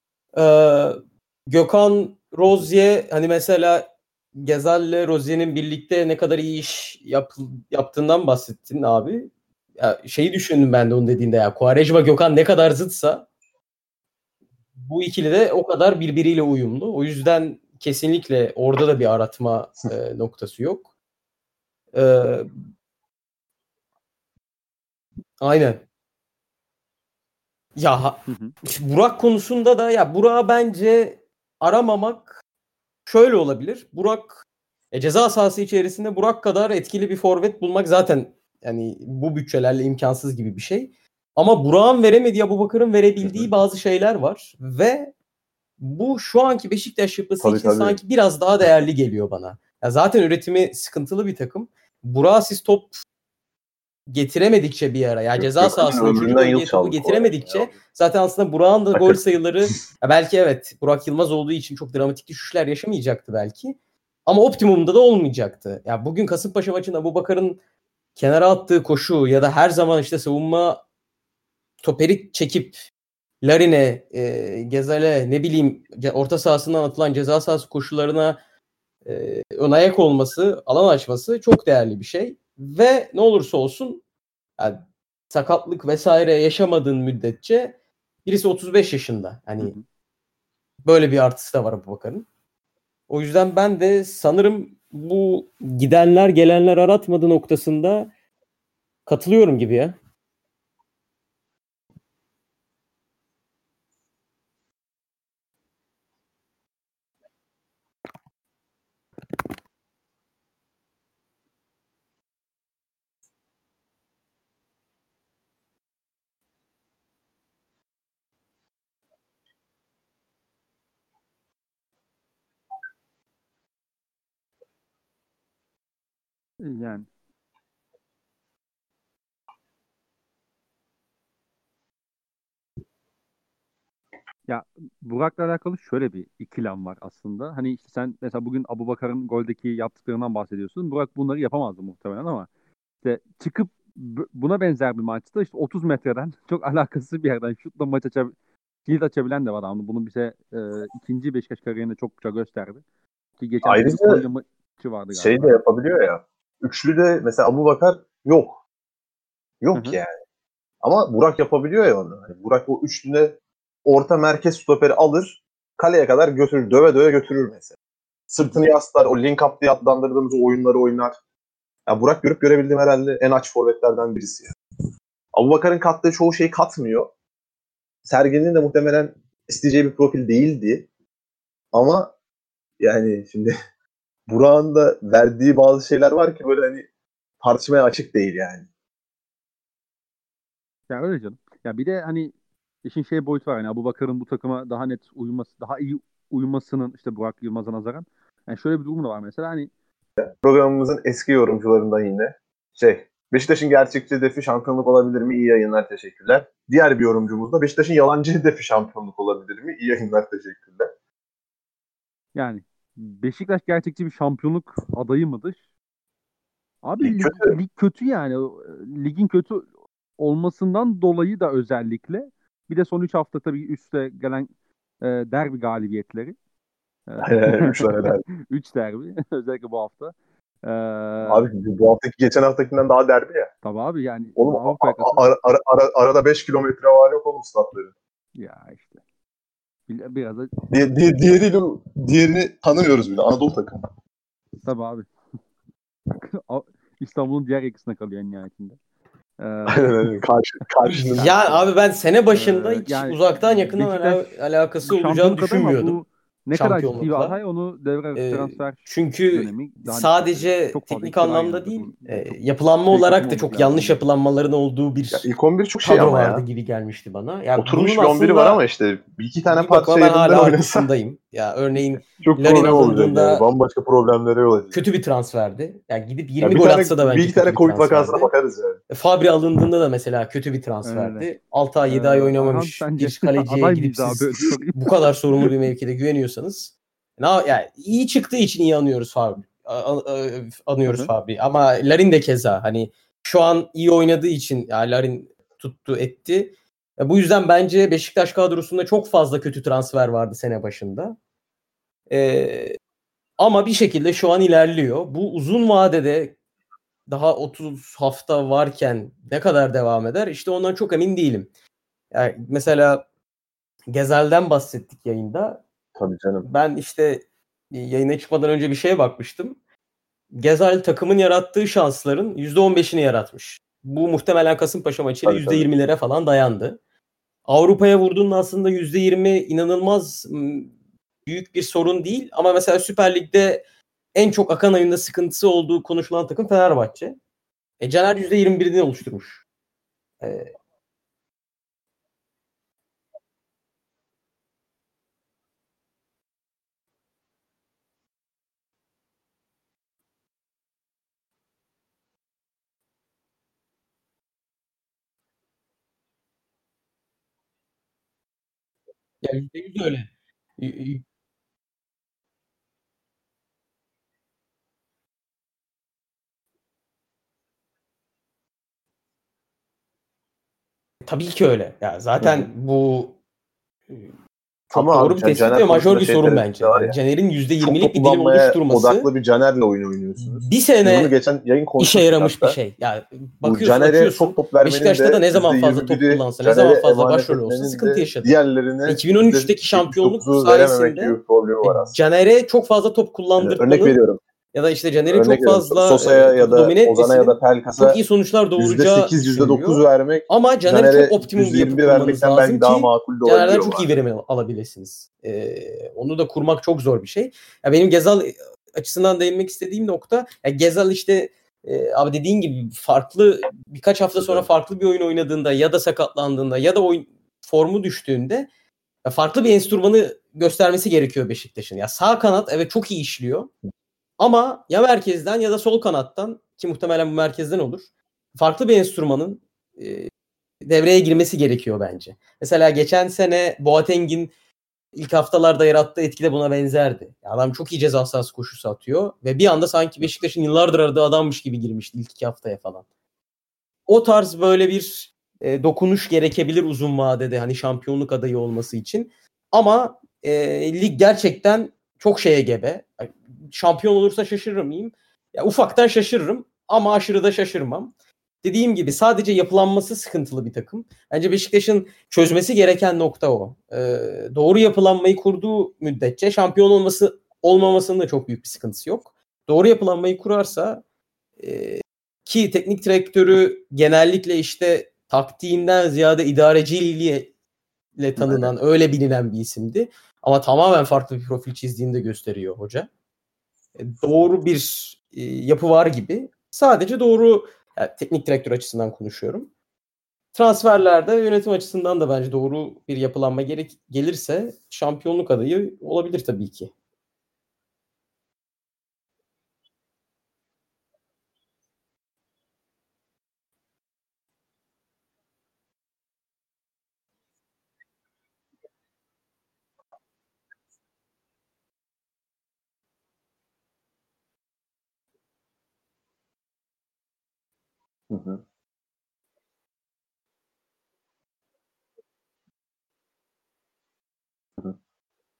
Gökhan, Rozier hani mesela Gezal'le Rozier'in birlikte ne kadar iyi iş yaptığından bahsettin abi. Ya şeyi düşündüm ben de onun dediğinde ya. Quaresma Gökhan ne kadar zıtsa bu ikili de o kadar birbiriyle uyumlu. O yüzden kesinlikle orada da bir aratma noktası yok. Aynen. Ya Burak konusunda da ya Burak'ı bence aramamak şöyle olabilir. Burak ceza sahası içerisinde Burak kadar etkili bir forvet bulmak zaten yani bu bütçelerle imkansız gibi bir şey. Ama Burak'ın veremediği, Abubakar'ın verebildiği bazı şeyler var ve bu şu anki Beşiktaş yapısı için sanki biraz daha değerli geliyor bana. Ya zaten üretimi sıkıntılı bir takım. Burak'a siz top getiremedikçe bir ara ya ceza sahasına 3. bölgeye topu getiremedikçe zaten aslında Burak'ın da gol sayıları ya belki evet Burak Yılmaz olduğu için çok dramatik düşüşler yaşamayacaktı belki. Ama optimumda da olmayacaktı. Ya bugün Kasımpaşa maçında Abubakar'ın kenara attığı koşu ya da her zaman işte savunma stoperi çekip Larin'e, Gezal'e ne bileyim orta sahasından atılan ceza sahası koşularına ön ayak olması, alan açması çok değerli bir şey. Ve ne olursa olsun yani sakatlık vesaire yaşamadığın müddetçe birisi 35 yaşında. Hani böyle bir artısı da var Abubakar'ın. O yüzden ben de sanırım bu gidenler gelenler aratmadı noktasında katılıyorum gibi ya. Yani. Ya Burak'la alakalı şöyle bir ikilem var aslında. Hani işte sen mesela bugün Abubakar'ın goldeki yaptıklarından bahsediyorsun. Burak bunları yapamazdı muhtemelen ama işte çıkıp buna benzer bir maçta işte 30 metreden çok alakasız bir yerden şutla kilit açabilen de var adamdı. Bunu bize ikinci Beşiktaş kariyerinde çokça gösterdi. Ki geçen sene bir Konya maçı vardı galiba. Şey de yapabiliyor ya. Üçlü de mesela Abubakar yok. Yok yani. Ama Burak yapabiliyor ya onu. Yani Burak o üçlüne orta merkez stoperi alır, kaleye kadar götürür. Döve döve götürür mesela. Sırtını yaslar, o link up diye adlandırdığımız oyunları oynar. Ya Burak görüp görebildiğim herhalde en aç forvetlerden birisi. Yani. Abubakar'ın kattığı çoğu şeyi katmıyor. Sergen'in de muhtemelen isteyeceği bir profil değildi. Ama yani şimdi Burak'ın da verdiği bazı şeyler var ki böyle hani tartışmaya açık değil yani. Ya öyle canım. Ya bir de hani işin şey boyutu var. Yani Abubakar'ın bu takıma daha net uyuması, daha iyi uyumasının işte Burak Yılmaz'a nazaran. Yani şöyle bir durum da var mesela hani Programımızın eski yorumcularından yine Beşiktaş'ın gerçekçi hedefi şampiyonluk olabilir mi? İyi yayınlar, teşekkürler. Diğer bir yorumcumuz da Beşiktaş'ın yalancı hedefi şampiyonluk olabilir mi? İyi yayınlar, teşekkürler. yani Beşiktaş gerçekçi bir şampiyonluk adayı mıdır? Abi Kötü. lig kötü yani. Ligin kötü olmasından dolayı da özellikle bir de son 3 hafta tabii üste gelen derbi galibiyetleri. Aynen, 3 tane derbi. 3 derbi özellikle bu hafta. E, Abi bu haftaki geçen haftakinden daha derbi ya. tabii abi yani Oğlum Avrupa yakası. arada 5 kilometre var yok oğlum statların. Ya işte. Biraz da Diğerini tanımıyoruz bile. Anadolu takımı. tabii abi. İstanbul'un diğer yakasına kalıyor en nihayetinde. Aynen. Karşının. Ya abi ben sene başında hiç yani uzaktan yakından Beşiktaş alakası bu olacağını şampiyonluk adayı ama düşünmüyordum bu ne kadar ciddi bir şampiyonlukla. aday onu devre arası transfer Çünkü dönemi daha net gösterecek. sadece Çok fazla teknik ihtimal anlamda yanında. değil, Çok yapılanma şey takım olarak da olması çok lazım yanlış onun. yapılanmaların olduğu Ya bir ilk 11 çok şey kadro ama vardı ya. gibi gelmişti bana. Ya Oturmuş bunun bir 11'i var ama aslında işte bir iki tane bir bakıma parça ben yerinden hala oynasa arkasındayım. Ya örneğin çok Larin problem olacak yani. alındığında Bambaşka problemlere yol açacak. kötü bir transferdi. Yani gidip Ya 20 gol atsa da bir bence iki tane kötü bir Covid vakasına transferdi. bakarız yani. Fabri alındığında da mesela kötü bir Öyle. transferdi. 6 ay 7 ay Arhan oynamamış sence bir kaleciye aday gidip mıyız abi siz öyle sorayım. bu kadar sorumlu bir mevkide güveniyorsanız yani iyi çıktığı için iyi anıyoruz Fabri. Anıyoruz Fabri. Ama Larin de keza hani şu an iyi oynadığı için ya Larin tuttu etti. Bu yüzden bence Beşiktaş kadrosunda çok fazla kötü transfer vardı sene başında. Ama bir şekilde şu an ilerliyor. Bu uzun vadede daha 30 hafta varken ne kadar devam eder? İşte ondan çok emin değilim. Yani mesela Gezel'den bahsettik yayında. Tabii canım. Ben işte yayına çıkmadan önce bir şeye bakmıştım. Gezel takımın yarattığı şansların %15'ini yaratmış. Bu muhtemelen Kasımpaşa maçıyla Tabii, tabii. %20'lere falan dayandı. Avrupa'ya vurduğunda aslında %20 inanılmaz büyük bir sorun değil. Ama mesela Süper Lig'de en çok akan ayında sıkıntısı olduğu konuşulan takım Fenerbahçe. Caner %21'ini oluşturmuş. Ya %100 öyle. Tabii ki öyle. Ya zaten bu çok Ama abi doğru bir tespit Caner ve majör konusunda bir sorun tereddüt bence. de var Yani ya. Caner'in Çok %20'lik top bir dilim kullanmaya oluşturması odaklı bir Caner'le oyun oynuyorsunuz. bir Biz bunu sene geçen yayın işe konuşmuştuk yaramış bir hatta. şey. Yani Bu bakıyorsun Caner'e çok açıyorsun top vermenin Beşiktaş'ta da de ne zaman fazla top %21'i, kullansa, ne Caner'e zaman fazla emanet başrol olsa etmenin sıkıntı de yaşadı. diğerlerine 2013'teki şampiyonluk %79'u verememek gibi sayesinde bir problemi var aslında. Caner'e çok fazla top Yani örnek kullandırtmanın veriyorum. ya da işte Caner'in çok fazla Sosa'ya ya topu da domine Ozan'a ya da etmesinin çok Pelkas'a iyi sonuçlar doğuracağı %8, %9 düşünülüyor. vermek Ama Caner'e çok Caner'e optimum bir yapı %21 kurmanız vermekten lazım belki daha ki makul de Caner'den olabiliyor çok iyi bazen. verim alabilirsiniz. Onu da kurmak çok zor bir şey. Ya benim Gezal açısından değinmek istediğim nokta ya Gezal işte abi dediğin gibi farklı birkaç hafta sonra farklı bir oyun oynadığında ya da sakatlandığında ya da oyun formu düştüğünde farklı bir enstrümanı göstermesi gerekiyor Beşiktaş'ın. Ya sağ kanat evet çok iyi işliyor. Ama ya merkezden ya da sol kanattan ki muhtemelen bu merkezden olur. Farklı bir enstrümanın devreye girmesi gerekiyor bence. Mesela geçen sene Boateng'in ilk haftalarda yarattığı etki de buna benzerdi. Adam çok iyi ceza sahası koşusu atıyor ve bir anda sanki Beşiktaş'ın yıllardır aradığı adammış gibi girmişti ilk 2 haftaya falan. O tarz böyle bir dokunuş gerekebilir uzun vadede hani şampiyonluk adayı olması için. Ama lig gerçekten çok şeye gebe. Şampiyon olursa şaşırır mıyım? Ya, ufaktan şaşırırım ama aşırı da şaşırmam. Dediğim gibi sadece yapılanması sıkıntılı bir takım. Bence Beşiktaş'ın çözmesi gereken nokta o. Doğru yapılanmayı kurduğu müddetçe şampiyon olmamasının da çok büyük bir sıkıntısı yok. Doğru yapılanmayı kurarsa ki teknik direktörü genellikle işte taktiğinden ziyade idareciliğiyle tanınan, öyle bilinen bir isimdi. Ama tamamen farklı bir profil çizdiğini de gösteriyor hoca. Doğru bir yapı var gibi. Sadece doğru, yani teknik direktör açısından konuşuyorum. Transferlerde yönetim açısından da bence doğru bir yapılanma gelirse şampiyonluk adayı olabilir tabii ki. Hı hı. Hı hı.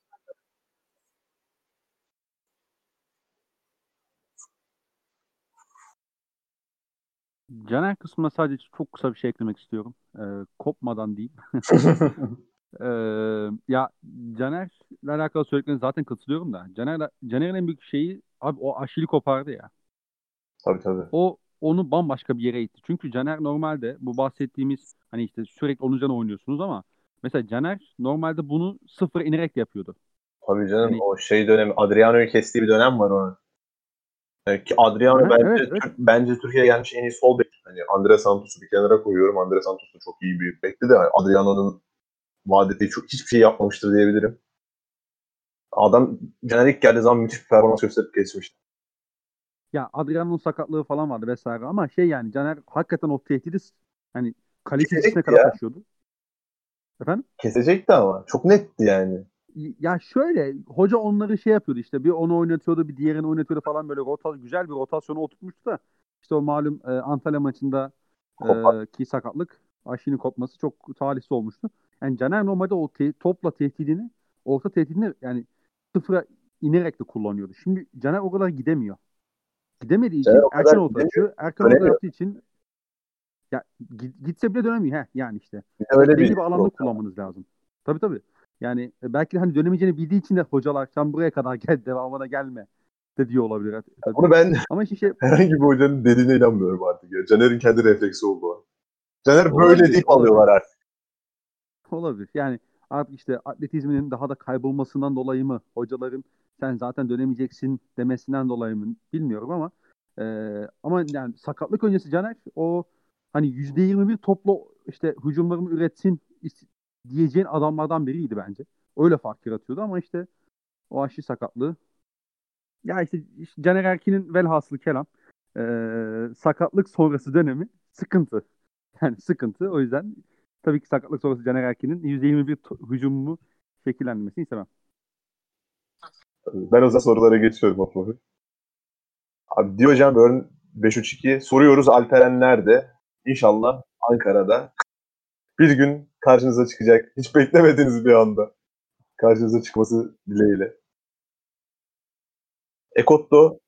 Caner kısmına sadece çok kısa bir şey eklemek istiyorum. Kopmadan diyeyim. Ya Caner'le alakalı söylediklerine zaten katılıyorum da. Caner'in en büyük şeyi abi o Aşil'i kopardı ya. Tabii tabii. O onu bambaşka bir yere itti. Çünkü Caner normalde bu bahsettiğimiz hani işte sürekli Onurcan oynuyorsunuz ama mesela Caner normalde bunu sıfır inerek yapıyordu. Tabii canım, Yani o şey dönemi, Adriano'yu kestiği bir dönem var onun. Ki Adriano aha, evet bence evet. bence Türkiye'ye gelmiş en iyi sol bek. Hani Andre Santos'u bir kenara koyuyorum. Andre Santos da çok iyi bir bekti de Adriano'nun vaat ettiği çok hiçbir şey yapmamıştır diyebilirim. Adam Caner ilk geldiği zaman müthiş bir performans gösterip geçmişti. Ya Adriano'nun sakatlığı falan vardı vesaire ama şey yani Caner hakikaten o tehdidi hani kale çizgisine Kesecekti kadar ya. taşıyordu. Efendim? Kesecekti ama. Çok netti yani. Ya şöyle hoca onları şey yapıyordu işte bir onu oynatıyordu bir diğerini oynatıyordu falan böyle güzel bir rotasyona oturtmuştu da işte o malum Antalya maçında Kopar. ki sakatlık Aşil'in kopması çok talihsiz olmuştu. Yani Caner normalde o topla tehdidini orta tehdidini yani sıfıra inerek de kullanıyordu. Şimdi Caner o kadar gidemiyor. Gidemediği Caner için o erken kadar orta gidemiyor. açıyor. Erken orta Dönemiyor. yaptığı için ya gitse bile dönemiyor. Yani işte. Bir de öyle Belli bir bir alanda problem. kullanmanız lazım. Tabii tabii. Yani belki de hani dönemeyeceğini bildiği için de hocalar sen buraya kadar gel devamına gelme de diyor olabilir tabii. Bunu ben Ama işte şey herhangi bir hocanın dediğine inanmıyorum artık ya. Caner'in kendi refleksi oldu o. Caner böyle olabilir, deyip alıyorlar olabilir. artık. Olabilir. Yani artık işte atletizminin daha da kaybolmasından dolayı mı hocaların sen zaten dönemeyeceksin demesinden dolayı mı bilmiyorum ama yani sakatlık öncesi Caner o hani %21 topla işte hücumlarımı üretsin diyeceğin adamlardan biriydi bence. Öyle fark yaratıyordu ama işte o aşı sakatlığı. Ya işte Caner Erkin'in velhasılı kelam sakatlık sonrası dönemi sıkıntı. Yani sıkıntı. O yüzden tabii ki sakatlık sonrası Caner Erkin'in %21 hücumumu şekillendirmesini istemem. Ben o zaman sorulara geçiyorum Apo'yu. Abi Diyojen Börn 5-3-2 soruyoruz. Alperen nerede? İnşallah Ankara'da. Bir gün karşınıza çıkacak. Hiç beklemediğiniz bir anda. Karşınıza çıkması dileğiyle. Ekotto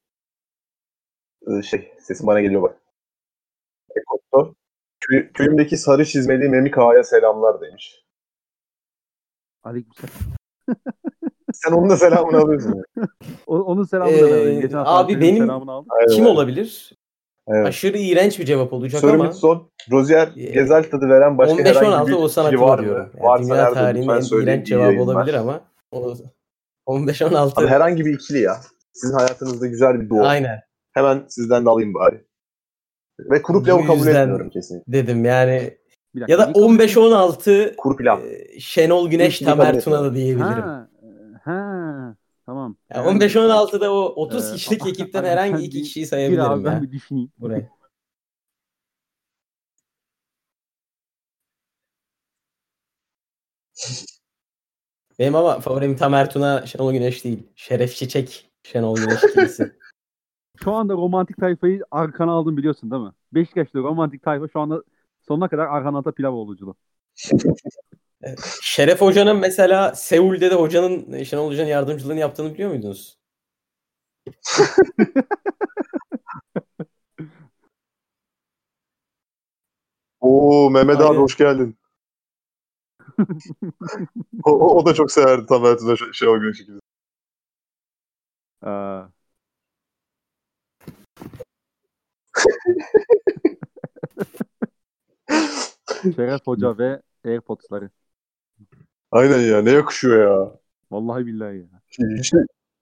sesim bana geliyor bak. Ekotto köyümdeki sarı çizmeli Memik Ağa'ya selamlar demiş. Aleykümselam. Sen onun da selamını alıyorsun. Yani. Onun selamını da verelim. Geçen hafta Abi Alperen'in benim selamını aldık. Aynen kim öyle. olabilir? Evet. Aşırı iğrenç bir cevap olacak ama Sörümütson, Rozier, Gezel tadı veren başka herhangi 15-16 bir Oğuzhan ikili Atilla var mı? diyorum. Yani Varsa dünya nerede? tarihinin Lütfen en söyleyin. iğrenç İyi cevabı olabilir yayınlar. ama Abi 15-16 herhangi bir ikili ya. Sizin hayatınızda güzel bir duo. aynen. Hemen sizden de alayım bari. Ve kuru Bu pilavı kabul yüzden etmiyorum kesinlikle. dedim yani. Bir Ya dakika da neyi kabul etmiyorsun? 15-16 Kuru pilav. Şenol Bu Güneş ikiliyi kabul Tamer Tuna etmiyorum. da diyebilirim. Ha, ha, tamam. Ya Herhangi 15-16'da o 30 e, kişilik ekipten abi herhangi sen iki bir kişiyi gir sayabilirim abi ben ya bir düşüneyim. buraya. Benim ama favorim Tamer Tuna, Şenol Güneş değil. Şeref Çiçek, Şenol Güneş ikilisi. Şu anda romantik tayfayı arkana aldın biliyorsun değil mi? Beşiktaş'ta romantik tayfa şu anda sonuna kadar Arhan Ata Pilavoğlu'culu. Şeref Hoca'nın mesela Seul'de de hocanın Şenol Hoca'nın yardımcılığını yaptığını biliyor muydunuz? Oo Mehmet abi Aynen. hoş geldin. O da çok severdi Tamer Tuna o gün şekilde. Aa, Şeref Hoca ve AirPods'ları. Aynen ya, ne yakışıyor ya. Vallahi billahi ya. İşte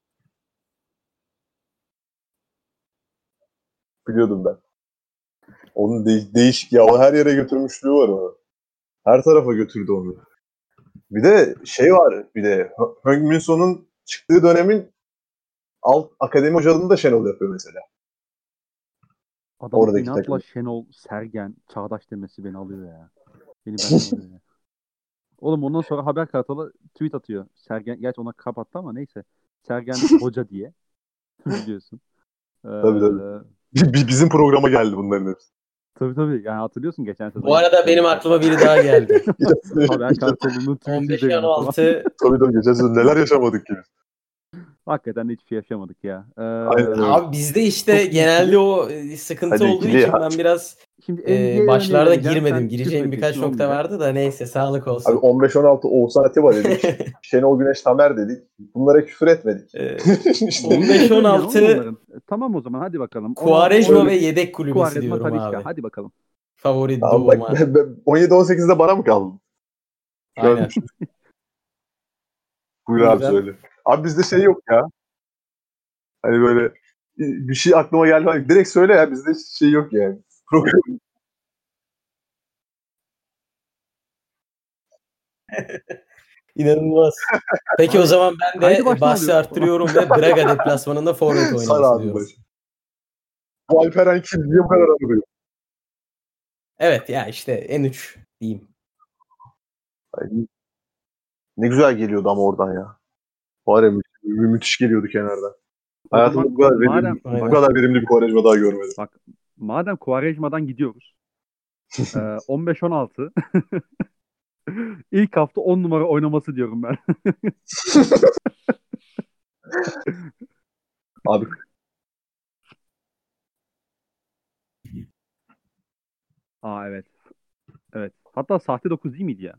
biliyordum ben. Onun değişik ya. O her yere götürmüşlüğü var onu. Her tarafa götürdü onu. Bir de şey var. Bir de Heung-min Son'un çıktığı dönemin alt akademi hocalığını da Şenol yapıyor mesela. Adamın Oradaki inatla takım. Şenol, Sergen, Çağdaş demesi beni alıyor ya. Beni benden alıyor ya. Oğlum ondan sonra Haber Kartalı tweet atıyor. Sergen, gerçi ona kapattı ama neyse. Sergen hoca diye. Biliyorsun. Tabii tabii. Bizim programa geldi bunların hepsi. Tabii. Yani hatırlıyorsun geçen sezon. Bu arada benim aklıma biri daha geldi. Haber Kartalı'nın tweet üzerine falan. 15-16 Tabii geçen sezon neler yaşamadık ki biz. Hakikaten de hiçbir şey yaşamadık ya. Aynen öyle. abi bizde işte Çok genelde ikili. o sıkıntı Hadi olduğu ikili için ya. ben biraz Şimdi NBA başlarda örneği vereceğim, girmedim. sen Gireceğim birkaç küfredeceksin, nokta olmayacak. vardı da neyse sağlık Abi olsun. 15-16 Oğuzhan Atiba dedik. Şenol Güneş Tamer dedik. Bunlara küfür etmedik. İşte 15-16 Tamam o zaman hadi bakalım. Quaresma 16-17 ve yedek kulübesi Quaresma, diyorum Talisca. abi. Hadi bakalım. Favori tamam, bak, doğuma. 17-18'de bana mı kaldın? Aynen. Buyur Bu abi yüzden- söyle. Abi bizde şey yok ya. Hani böyle bir şey aklıma geldi. Hani direkt söyle ya, bizde hiç şey yok yani. Program. İnanılmaz. Peki o zaman ben Kaydı de baştan bahsi alıyorum. arttırıyorum ve Braga deplasmanında forvet Sar oynaması abi diyorum. başı. Bu Alperen kim diye bu kadar anılıyor. Evet ya işte N3 diyeyim. Ne güzel geliyordu ama oradan ya. Var ya müthiş geliyordu kenardan. O Hayatımda zaman bu kadar madem verimli, bu Aynen. kadar verimli bir Quaresma daha görmedim. bak madem Quaresma'dan gidiyoruz. 15-16 ilk hafta 10 numara oynaması diyorum ben. Abi Aa evet. Evet. Hatta sahte 9 değil miydi ya?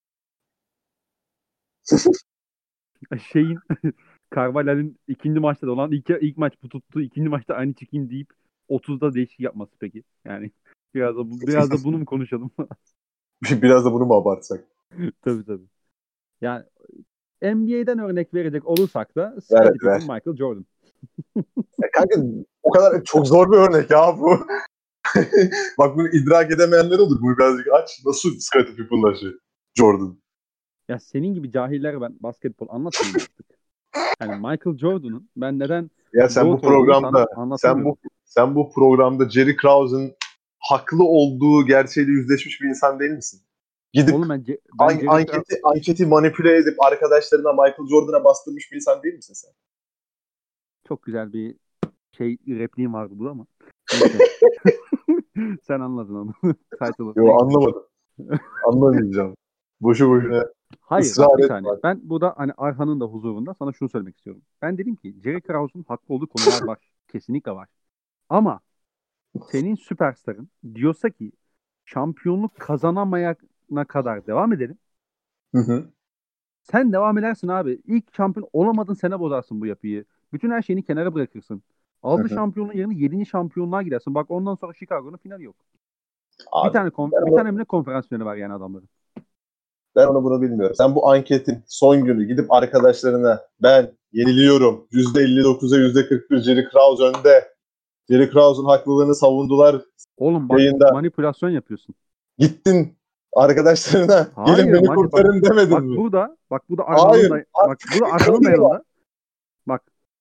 Şeyin Carvalhal'in ikinci maçta da olan ilk maç bu tuttu. İkinci maçta aynı çıkayım deyip 30'da değişik yapması peki. Yani biraz da bunu mu konuşalım? biraz da bunu mu abartsak? Tabii. Yani NBA'den örnek verecek olursak da Ver, Scottie ver. Pippen, Michael Jordan. Kanka o kadar çok zor bir örnek ya bu. Bak bunu idrak edemeyenler olur. Bunu birazcık aç. Nasıl Scottie Pippen'la şey? Jordan. Ya senin gibi cahillere ben basketbol anlatmayayım artık. Yani Michael Jordan'ın ben neden Ya sen bu GOAT olduğunu sana programda anlatamıyorum. sen bu programda Jerry Krause'un haklı olduğu gerçeğiyle yüzleşmiş bir insan değil misin? Gidip Oğlum ben Jerry Krause- anketi manipüle edip arkadaşlarına Michael Jordan'a bastırmış bir insan değil misin sen? çok güzel bir repliğim vardı bu ama. Neyse. Sen anladın onu. Title'ı. Yo anlamadım. Anlamayacağım. Boşu boşuna Hayır ısrar bak bir etme. saniye. Ben burada hani Arhan'ın da huzurunda sana şunu söylemek istiyorum. Ben dedim ki Jerry Krause'un haklı olduğu konular var. Kesinlikle var. Ama senin süperstarın diyorsa ki şampiyonluk kazanamayana kadar devam edelim. Hı hı. Sen devam edersin abi. İlk şampiyon olamadın sene bozarsın bu yapıyı. Bütün her şeyini kenara bırakırsın. Hı 6 hı. şampiyonluğun yerine 7. şampiyonluğa gidersin. Bak ondan sonra Chicago'nun finali yok. Abi, Bir tane mi ne konferans finali var yani adamların. ben onu bunu bilmiyorum. Sen bu anketin son günü gidip arkadaşlarına ben yeniliyorum. %59'a %41 Jerry Krause önde. Jerry Krause'un haklılığını savundular Oğlum bak yayında. manipülasyon yapıyorsun. Gittin arkadaşlarına Hayır, gelin beni kurtarın demedin Bak mi? burada Hayır. Arhan'ın da yanında. Bak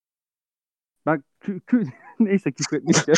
neyse küfür etmeyeceğim.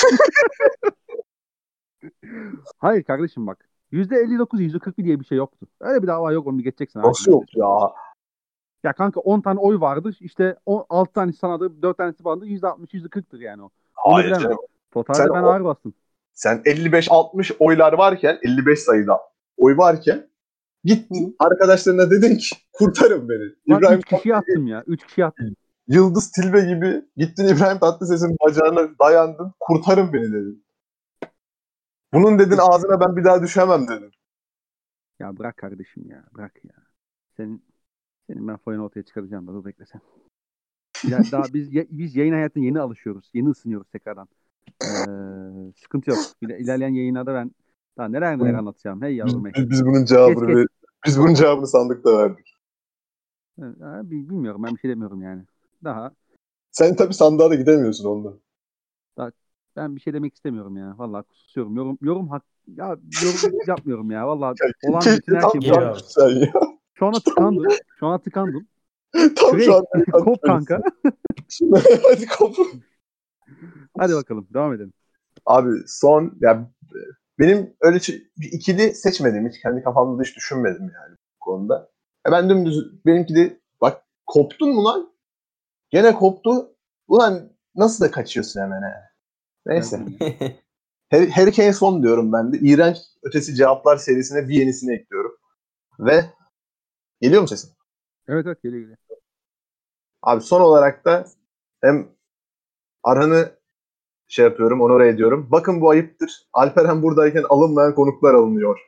Hayır kardeşim bak. %59, %41 diye bir şey yoktu. Öyle bir dava yok, onu bir geçeceksin. Nasıl yok ya? Ya kanka 10 tane oy vardı. İşte 6 tanesi sanadı, 4 tanesi bana %60, %40'tır yani o. Onu Hayır bilemem. canım. Totalde Sen ben ağır bastım. Sen 55-60 oylar varken, 55 sayıda oy varken gittin arkadaşlarına dedin ki kurtarın beni. Lan İbrahim 3 kişiye attım ya. 3 kişiye attım. Yıldız Tilbe gibi gittin İbrahim Tatlıses'in bacağına dayandın. Kurtarın beni dedin. Bunun dedin ağzına ben bir daha düşemem dedin. Ya bırak kardeşim ya. Bırak ya. Senin ben foyunu ortaya çıkaracağım da dur bekle sen. Daha biz yayın hayatına yeni alışıyoruz. Yeni ısınıyoruz tekrardan. Sıkıntı yok. İlerleyen yayınlarda ben daha neler anlatacağım. Hey yavrum hey. Biz bunun cevabını sandıkta verdik. Bilmiyorum, ben bir şey demiyorum yani. Sen tabii sandığa da gidemiyorsun onunla. Ben bir şey demek istemiyorum ya. Vallahi susuyorum. Yorum yapmıyorum ya. Vallahi olan bütün Keşke her tam şeyi şu an Ya konuştuk. sen ya. Şu ana tıkandım. Şu ana tıkandım. Tam şu Şuraya an beni kop kanka. Hadi kopun. Hadi bakalım devam edelim. Abi son ya benim öyle bir ikili seçmedim. Hiç kendi kafamda da hiç düşünmedim yani bu konuda. Ben dümdüz benimki de bak koptun mu lan? Gene koptu. Ulan nasıl da kaçıyorsun hemen he? Neyse. Geldin ya. Harry Kane son diyorum ben de. İğrenç ötesi cevaplar serisine bir yenisini ekliyorum. Ve geliyor mu sesin? Evet geliyor. Abi son olarak da hem Arhan'ı şey yapıyorum, onore ediyorum. Bakın bu ayıptır. Alperen buradayken alınmayan konuklar alınıyor.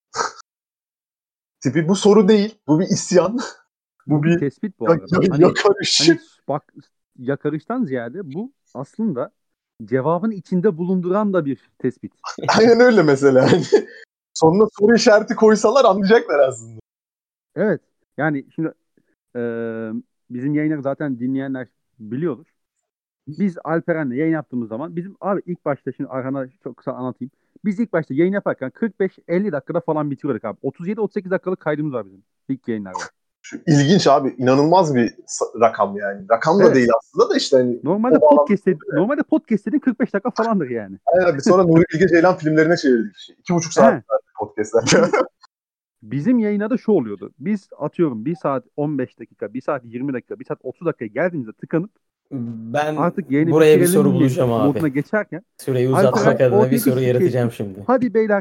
Tipi bu soru değil. Bu bir isyan. Bu bir tespit bu arada. Yakarış. Hani bak, yakarıştan ziyade bu aslında cevabın içinde bulunduran da bir tespit. Aynen öyle mesela. Hani sonuna soru işareti koysalar anlayacaklar aslında. Evet. Yani şimdi bizim yayınları zaten dinleyenler biliyordur. Biz Alperen'le yayın yaptığımız zaman bizim abi ilk başta, şimdi Arhan'a çok kısa anlatayım. Biz ilk başta yayın yaparken 45-50 dakikada falan bitiriyorduk abi. 37-38 dakikalık kaydımız var bizim ilk yayınlarda. İlginç abi. İnanılmaz bir rakam yani. Rakam da Evet. değil aslında da işte hani Normalde podcast dediğin 45 dakika falandır yani. aynen abi. Sonra Nuri Bilge Ceylan filmlerine çevirdik. 2,5 saat podcastler. Bizim yayına da şu oluyordu. Biz atıyorum 1 saat 15 dakika, 1 saat 20 dakika, 1 saat 30 dakikaya geldiğimizde tıkanıp Ben artık yayını buraya bir bitirelim soru mi bulacağım abi. moduna geçerken Süreyi Alperen uzatmak adına bir ortaya soru bir şey. yaratacağım şimdi. Hadi beyler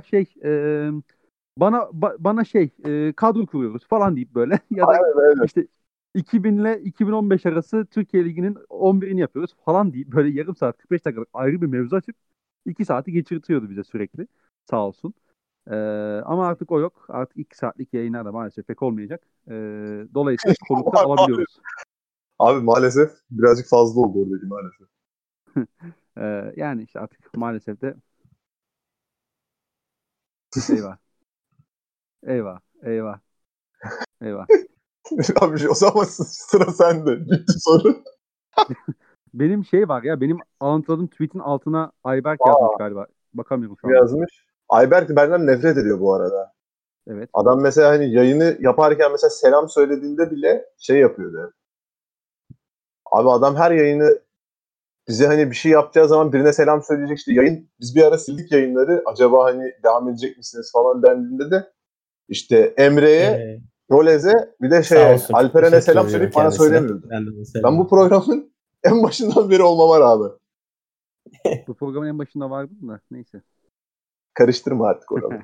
bana kadro kuruyoruz falan deyip böyle ya da Aynen öyle. işte 2000 ile 2015 arası Türkiye Ligi'nin 11'ini yapıyoruz falan deyip böyle yarım saat 45 dakikalık ayrı bir mevzu açıp 2 saati geçirtiyordu bize sürekli. Sağ olsun. Ama artık o yok. Artık 2 saatlik yayınlar da maalesef pek olmayacak. Dolayısıyla konukta alabiliyoruz. Abi maalesef birazcık fazla oldu oradaki maalesef. Yani işte artık maalesef de eyvah. Eyvah. Eyvah. Eyvah. Abi o zaman sıra sende. Bitti soru. Benim var ya, benim alıntıladığım tweet'in altına Ayberk yazmış galiba. Bakamıyorum şu anda. Yazmış. Ayberk benden nefret ediyor bu arada. Evet. Adam mesela hani yayını yaparken mesela selam söylediğinde bile şey yapıyordu. Abi adam her yayını bize hani bir şey yapacağı zaman birine selam söyleyecek, işte yayın biz bir ara sildik yayınları, acaba hani devam edecek misiniz falan dendiğinde de işte Emre'ye, Rolez'e bir de Sağ olsun. Çok Alperen'e teşekkür selam ediyorum söyleyip bana kendisine. söylemiyordu. Ben de onu Ben selam. bu programın en başından beri olmama rağmen. Bu programın en başında vardı da neyse. Karıştırma artık oraları.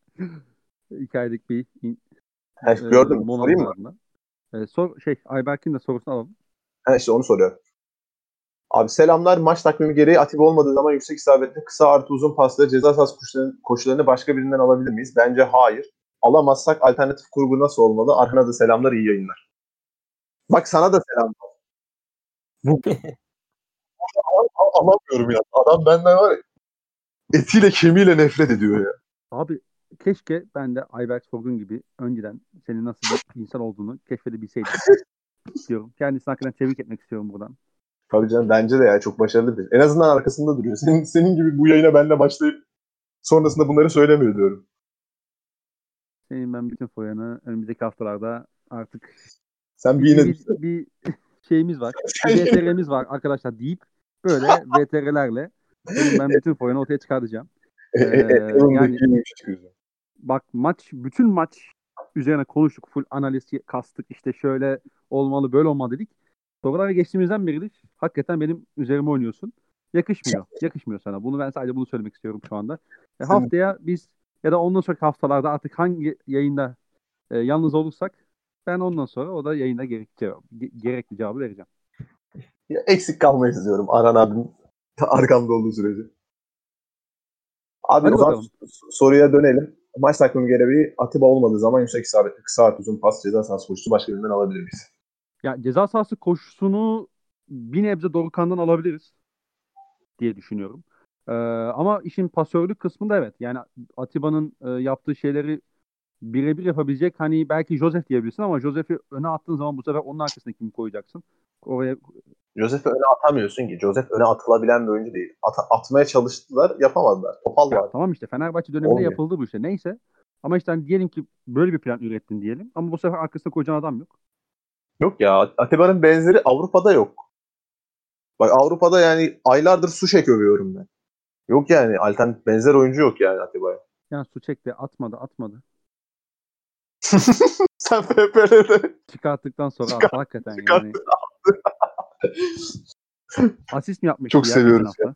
2 aylık bir Gördüm. molanın Sorayım mı? ardından. Ayberk'in de sorusunu alalım. İşte onu soruyorum. Abi selamlar. Maç takvimi gereği Atiba olmadığı zaman yüksek isabetli kısa artı uzun pasla ceza sahası koşularını başka birinden alabilir miyiz? Bence hayır. Alamazsak alternatif kurgu nasıl olmalı? Arhan'a da selamlar, iyi yayınlar. Bak sana da selam. Bu alamıyorum ya. Adam benden var ya, etiyle kemiğiyle nefret ediyor ya. Abi keşke ben de Ayberk Sorgun gibi önceden senin nasıl bir insan olduğunu keşfedebilseydim diyorum. Kendisini hakikaten tebrik etmek istiyorum buradan. Tabii canım, bence de ya çok başarılı bir. En azından arkasında duruyor. Senin gibi bu yayına benle başlayıp sonrasında bunları söylemiyor diyorum. Senin ben bütün foyanı önümüzdeki haftalarda artık Sen bir yine bir şeyimiz var. Bir VTR'miz var arkadaşlar deyip böyle VTR'lerle senin ben bütün foyanı ortaya çıkartacağım. Yani bak, bütün maç üzerine konuştuk. Full analiz kastık. İşte şöyle olmalı, böyle olmalı dedik. Sorulara geçtiğimizden beridir hakikaten benim üzerime oynuyorsun. Yakışmıyor. Yakışmıyor sana. Ben sadece bunu söylemek istiyorum şu anda. Haftaya biz ya da ondan sonraki haftalarda artık hangi yayında yalnız olursak ben ondan sonra o da yayında gerekli cevabı vereceğim. Ya, eksik kalmayız diyorum Aran abinin arkamda olduğu sürece. Abi Hadi o zaman bakalım. soruya dönelim. Maç takvimi gereği Atiba olmadığı zaman yüksek isabetli kısa at uzun pas ceza sahası koşusu başka birinden alabilir miyiz? Ya ceza sahası koşusunu bir nebze Dorukhan'dan alabiliriz diye düşünüyorum. Ama işin pasörlük kısmında evet. Yani Atiba'nın yaptığı şeyleri birebir yapabilecek hani belki Joseph diyebilirsin ama Joseph'i öne attığın zaman bu sefer onun arkasına kimi koyacaksın? Oraya Joseph'i öne atamıyorsun ki. Joseph öne atılabilen bir oyuncu değil. Atmaya çalıştılar, yapamadılar. Topal ya var. tamam işte Fenerbahçe döneminde Olmuyor. yapıldı bu işte. Neyse. Ama işte hani diyelim ki böyle bir plan ürettin diyelim. Ama bu sefer arkasına koyacağın adam yok. Yok ya, Atiba'nın benzeri Avrupa'da yok. Bak Avrupa'da yani aylardır Suşek övüyorum ben. Yok yani alternatif benzer oyuncu yok yani Atiba'ya. Yani su çekti atmadı. Sen FPL'de Çıkarttıktan sonra Çıkart- attı hakikaten çıkart. yani. Asist mi yapmıştı Çok ya geçen seviyoruz hafta? ya.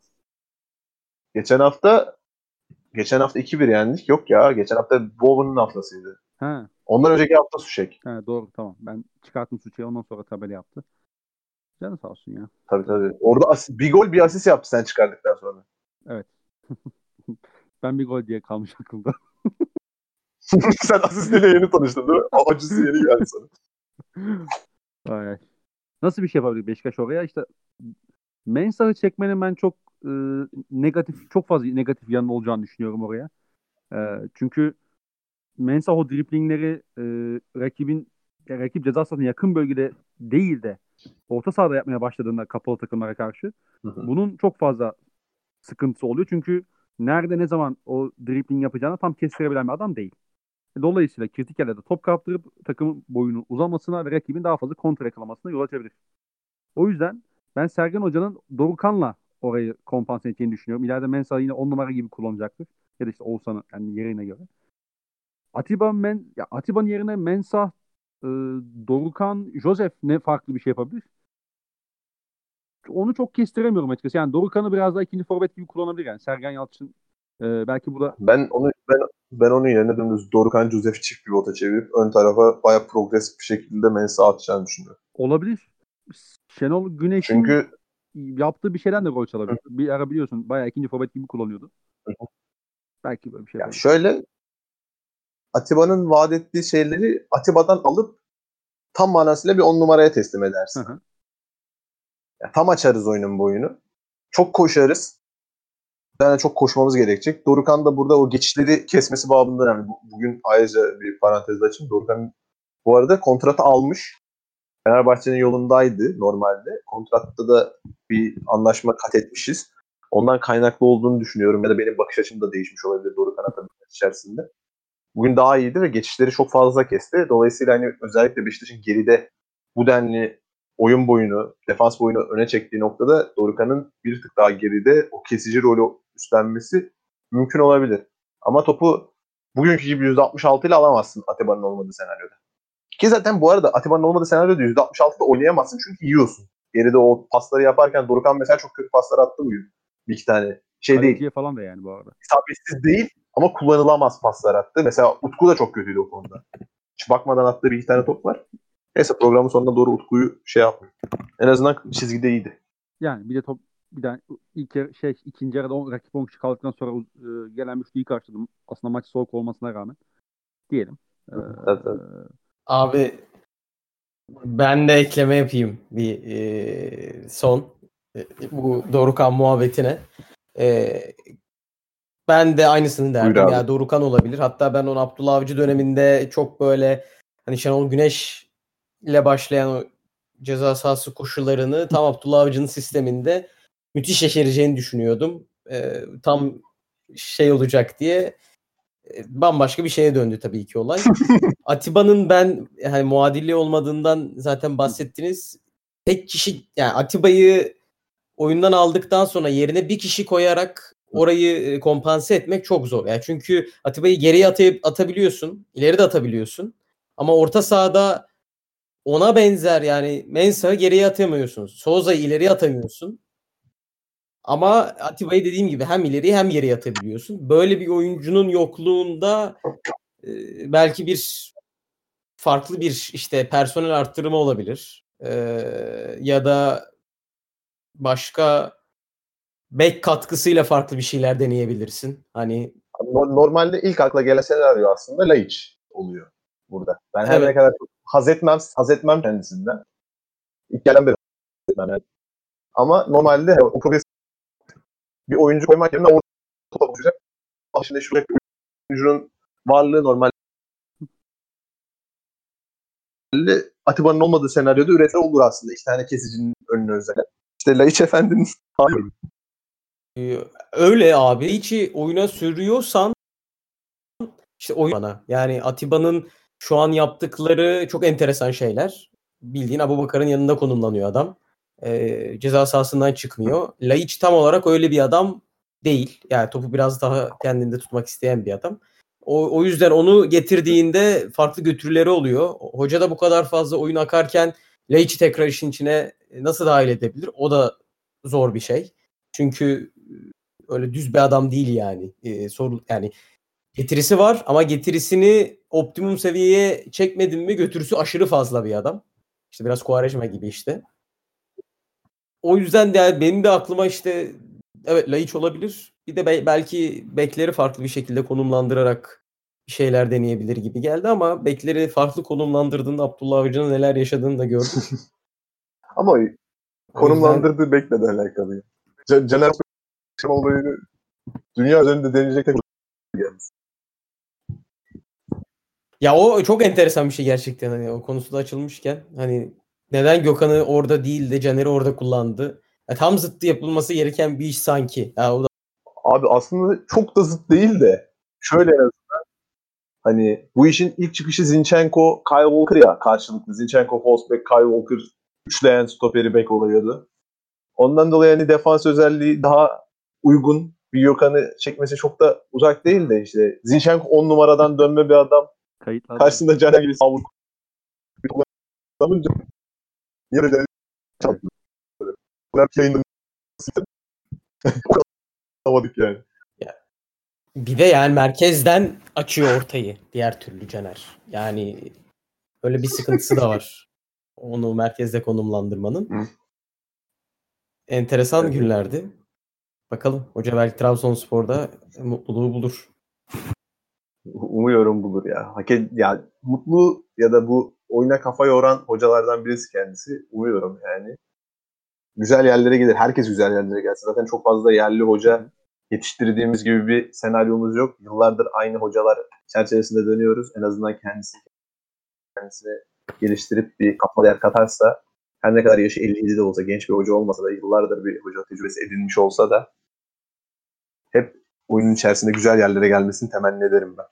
Geçen hafta 2-1 yendik. Yok ya, geçen hafta Bowen'ın haftasıydı. Ha, Ondan önceki hafta Suşek. doğru tamam. Ben çıkarttım Suç'u ondan sonra tabela yaptı. Canı sağ olsun ya. Tabii. Orada bir gol bir asist yaptı sen çıkardıktan sonra. Evet. Ben bir gol diye kalmış aklımda. Sen asistiyle yeni tanıştın değil mi? Acısı yeni geldi sana. Ay. Nasıl bir şey yapabilir Beşiktaş oraya? İşte Mensah'ı çekmenin ben çok çok fazla negatif yanı olacağını düşünüyorum oraya. Çünkü Mensah o driplingleri rakip ceza sahasına yakın bölgede değil de orta sahada yapmaya başladığında kapalı takımlara karşı bunun çok fazla sıkıntısı oluyor. Çünkü nerede ne zaman o dribbling yapacağını tam kestirebilen bir adam değil. Dolayısıyla kritik yerlerde top kaptırıp takımın boyunun uzamasına ve rakibin daha fazla kontra yakalamasına yol açabilir. O yüzden ben Sergen Hoca'nın Dorukhan'la orayı kompanse edeceğini düşünüyorum. İleride Mensah'ı yine 10 numara gibi kullanacaktır. Ya da işte Oğuzhan'ı yani yerine göre. Atiba'nın yerine Mensah, e, Dorukhan, Joseph ne farklı bir şey yapabilir? Onu çok kestiremiyorum açıkçası. Yani Dorukhan'ı biraz daha ikinci forvet gibi kullanabilir yani. Sergen Yalçın belki bu da Ben onun yerine dümdüz Dorukhan Joseph çift pivota çevirip ön tarafa bayağı progresif bir şekilde Mensah atacağını düşünüyorum. olabilir. Şenol Güneş'in Çünkü yaptığı bir şeyden de gol çalabilir. Bir ara biliyorsun bayağı ikinci forvet gibi kullanıyordu. Belki böyle bir şey ya yapabilir. şöyle Atiba'nın vaat ettiği şeyleri Atiba'dan alıp tam manasıyla bir 10 numaraya teslim edersin. Ya, tam açarız oyunun boyunu. Çok koşarız. Yani çok koşmamız gerekecek. Dorukhan da burada o geçişleri kesmesi babında önemli. Bugün ayrıca bir parantez açayım. Dorukhan bu arada kontratı almış. Fenerbahçe'nin yolundaydı normalde. Kontratta da bir anlaşma kat etmişiz. Ondan kaynaklı olduğunu düşünüyorum. Ya da benim bakış açım da değişmiş olabilir Dorukhan'a tabii içerisinde. Bugün daha iyiydi ve geçişleri çok fazla kesti. Dolayısıyla hani özellikle Beşiktaş'ın geride bu denli oyun boyunu, defans boyunu öne çektiği noktada Dorukhan'ın bir tık daha geride o kesici rolü üstlenmesi mümkün olabilir. Ama topu bugünkü gibi %66 ile alamazsın Atiba'nın olmadığı senaryoda. Ki zaten bu arada Atiba'nın olmadığı senaryoda %66'da oynayamazsın çünkü yiyorsun. Geride o pasları yaparken Dorukhan mesela çok kötü paslar attı bugün. Bir iki tane. Şey değil. Kaleciye falan da yani bu arada. İsabetsiz değil ama kullanılamaz paslar attı. Mesela Utku da çok kötüydü o konuda. Hiç bakmadan attığı bir iki tane top var. Neyse programın sonuna doğru Utku'yu şey yapmıyor. En azından çizgide iyiydi. Yani bir de bir tane ikinci yarıda rakip 10 kişi kaldıktan sonra gelen üçlüyü karşıladım. Aslında maç soğuk olmasına rağmen diyelim. Evet, evet. Abi ben de ekleme yapayım bir son bu Dorukhan muhabbetine. Ben de aynısını derdim. Ya Dorukhan olabilir. Hatta ben onu Abdullah Avcı döneminde çok böyle hani Şenol Güneş ile başlayan o ceza sahası koşularını tam Abdullah Avcı'nın sisteminde müthiş yeşereceğini düşünüyordum. Tam şey olacak diye bambaşka bir şeye döndü tabii ki olay. Atiba'nın ben hani muadilliği olmadığından zaten bahsettiniz. Tek kişi yani Atiba'yı oyundan aldıktan sonra yerine bir kişi koyarak orayı kompanse etmek çok zor. Yani çünkü Atiba'yı geriye atabiliyorsun, ileri de atabiliyorsun. Ama orta sahada ona benzer yani Mensah'ı geriye atamıyorsun. Souza'yı ileriye atamıyorsun. Ama Atiba'yı dediğim gibi hem ileriye hem geriye atabiliyorsun. Böyle bir oyuncunun yokluğunda belki bir farklı bir işte personel arttırımı olabilir. Ya da başka bek katkısıyla farklı bir şeyler deneyebilirsin. Hani Normalde ilk akla gelen senaryo aslında Laiç oluyor burada. Ben her ne kadar haz etmem kendisinden. İlk gelen bir haz etmem yani. Ama normalde o progresif bir oyuncu koymak yerine orada topa bulacak. Şimdi şuradaki oyuncunun varlığı normal Atiba'nın olmadığı senaryoda üretme olur aslında. 2 tane kesicinin önüne özel. İşte Laiç Efendi'nin Öyle abi. İçi oyuna sürüyorsan işte oyun bana. Yani Atiba'nın şu an yaptıkları çok enteresan şeyler. Bildiğin Abubakar'ın yanında konumlanıyor adam. Ceza sahasından çıkmıyor. Laiç tam olarak öyle bir adam değil. Yani topu biraz daha kendinde tutmak isteyen bir adam. O yüzden onu getirdiğinde farklı götürüleri oluyor. Hoca da bu kadar fazla oyun akarken Laiç'i tekrar işin içine nasıl dahil edebilir? O da zor bir şey. Çünkü öyle düz bir adam değil yani. Yani getirisi var ama getirisini optimum seviyeye çekmedin mi götürüsü aşırı fazla bir adam. İşte biraz Quaresma gibi işte. O yüzden de yani benim de aklıma işte evet Laiç olabilir. Bir de belki bekleri farklı bir şekilde konumlandırarak bir şeyler deneyebilir gibi geldi ama bekleri farklı konumlandırdığında Abdullah Avcı'nın neler yaşadığını da gördük. ama O yüzden konumlandırdığı bekle de alakalı. Caner olayını dünya üzerinde deneyecek tek gelmez. ya o çok enteresan bir şey gerçekten hani o konusu da açılmışken hani neden Gökhan'ı orada değil de Caner'i orada kullandı? Ya tam zıttı yapılması gereken bir iş sanki. Ya o da Abi aslında çok da zıt değil de şöyle en azından hani bu işin ilk çıkışı Zinchenko, Kyle Walker ya karşılıklı. Zinchenko, Forsberg, Kyle Walker üçleyen stoperi bek oluyordu. Ondan dolayı hani defans özelliği daha uygun. Bir Gökhan'ı çekmesi çok da uzak değil de işte Zinchenko 10 numaradan dönme bir adam. Kayıtlar. Karşısında Caner gibi savur kullanınca yarı da çarptı. Yayında alamadık yani. bir de yani merkezden açıyor ortayı diğer türlü Caner. Yani öyle bir sıkıntısı da var. Onu merkezde konumlandırmanın. Hı. Enteresan Evet. günlerdi. Bakalım hoca belki Trabzonspor'da mutluluğu bulur. Umuyorum bulur ya. Ya mutlu ya da bu oyuna kafa yoran hocalardan birisi kendisi. Umuyorum yani. Güzel yerlere gelir. Herkes güzel yerlere gelsin. Zaten çok fazla yerli hoca yetiştirdiğimiz gibi bir senaryomuz yok. Yıllardır aynı hocalar çerçevesinde dönüyoruz. En azından kendisini geliştirip bir kafa değer katarsa her ne kadar yaşı 57 de olsa, genç bir hoca olmasa da yıllardır bir hoca tecrübesi edinmiş olsa da hep oyunun içerisinde güzel yerlere gelmesini temenni ederim ben.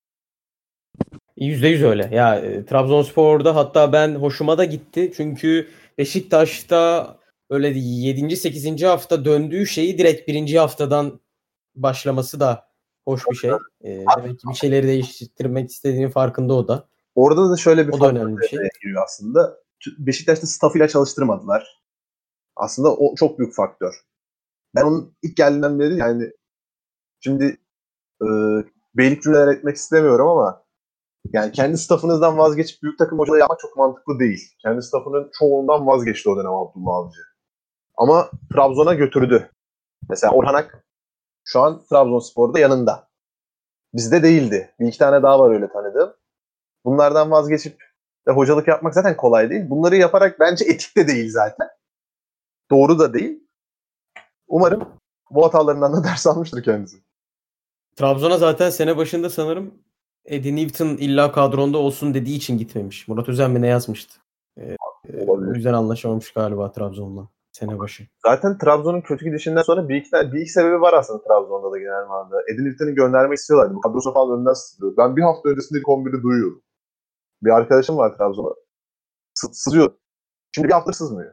%100 öyle. Ya Trabzonspor'da hatta ben hoşuma da gitti. Çünkü Beşiktaş'ta öyle 7. 8. hafta döndüğü şeyi direkt 1. haftadan başlaması da hoş bir şey. Demek ki bir şeyleri değiştirmek istediğinin farkında o da. Orada da şöyle bir O da faktör önemli bir şey. giriyor aslında. Beşiktaş'ta staffıyla çalıştırmadılar. Aslında o çok büyük faktör. Ben onun ilk geldiğinden beri yani şimdi beylik cümleler etmek istemiyorum ama yani kendi staffınızdan vazgeçip büyük takım hocalığı yapmak çok mantıklı değil. Kendi staffının çoğundan vazgeçti o dönem Abdullah Avcı. Ama Trabzon'a götürdü. Mesela Orhan Ak şu an Trabzonspor'da yanında. Bizde değildi. Bir iki tane daha var öyle tanıdığım. Bunlardan vazgeçip de hocalık yapmak zaten kolay değil. Bunları yaparak bence etik de değil zaten. Doğru da değil. Umarım bu hatalarından da ders almıştır kendisi. Trabzon'a zaten sene başında sanırım Eddie Newton illa kadronda olsun dediği için gitmemiş. Murat Özen mi ne yazmıştı? O yüzden anlaşamamış galiba Trabzon'la sene başı. Zaten Trabzon'un kötü gidişinden sonra bir iki sebebi var aslında Trabzon'da da genel manada. Eddie Newton'u göndermek istiyorlardı. Bu kadrosu falan önden sızlıyor. Ben bir hafta öncesinde ilk 11'i duyuyorum. Bir arkadaşım var Trabzon'da. Sızıyor. Şimdi bir hafta sızmıyor.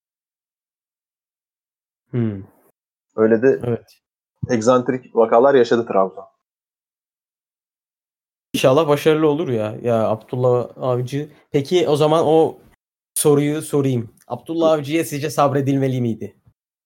Öyle de Evet. egzantrik vakalar yaşadı Trabzon. İnşallah başarılı olur ya. Ya Abdullah Avcı. Peki o zaman o soruyu sorayım. Abdullah Avcı'ya sizce sabredilmeli miydi?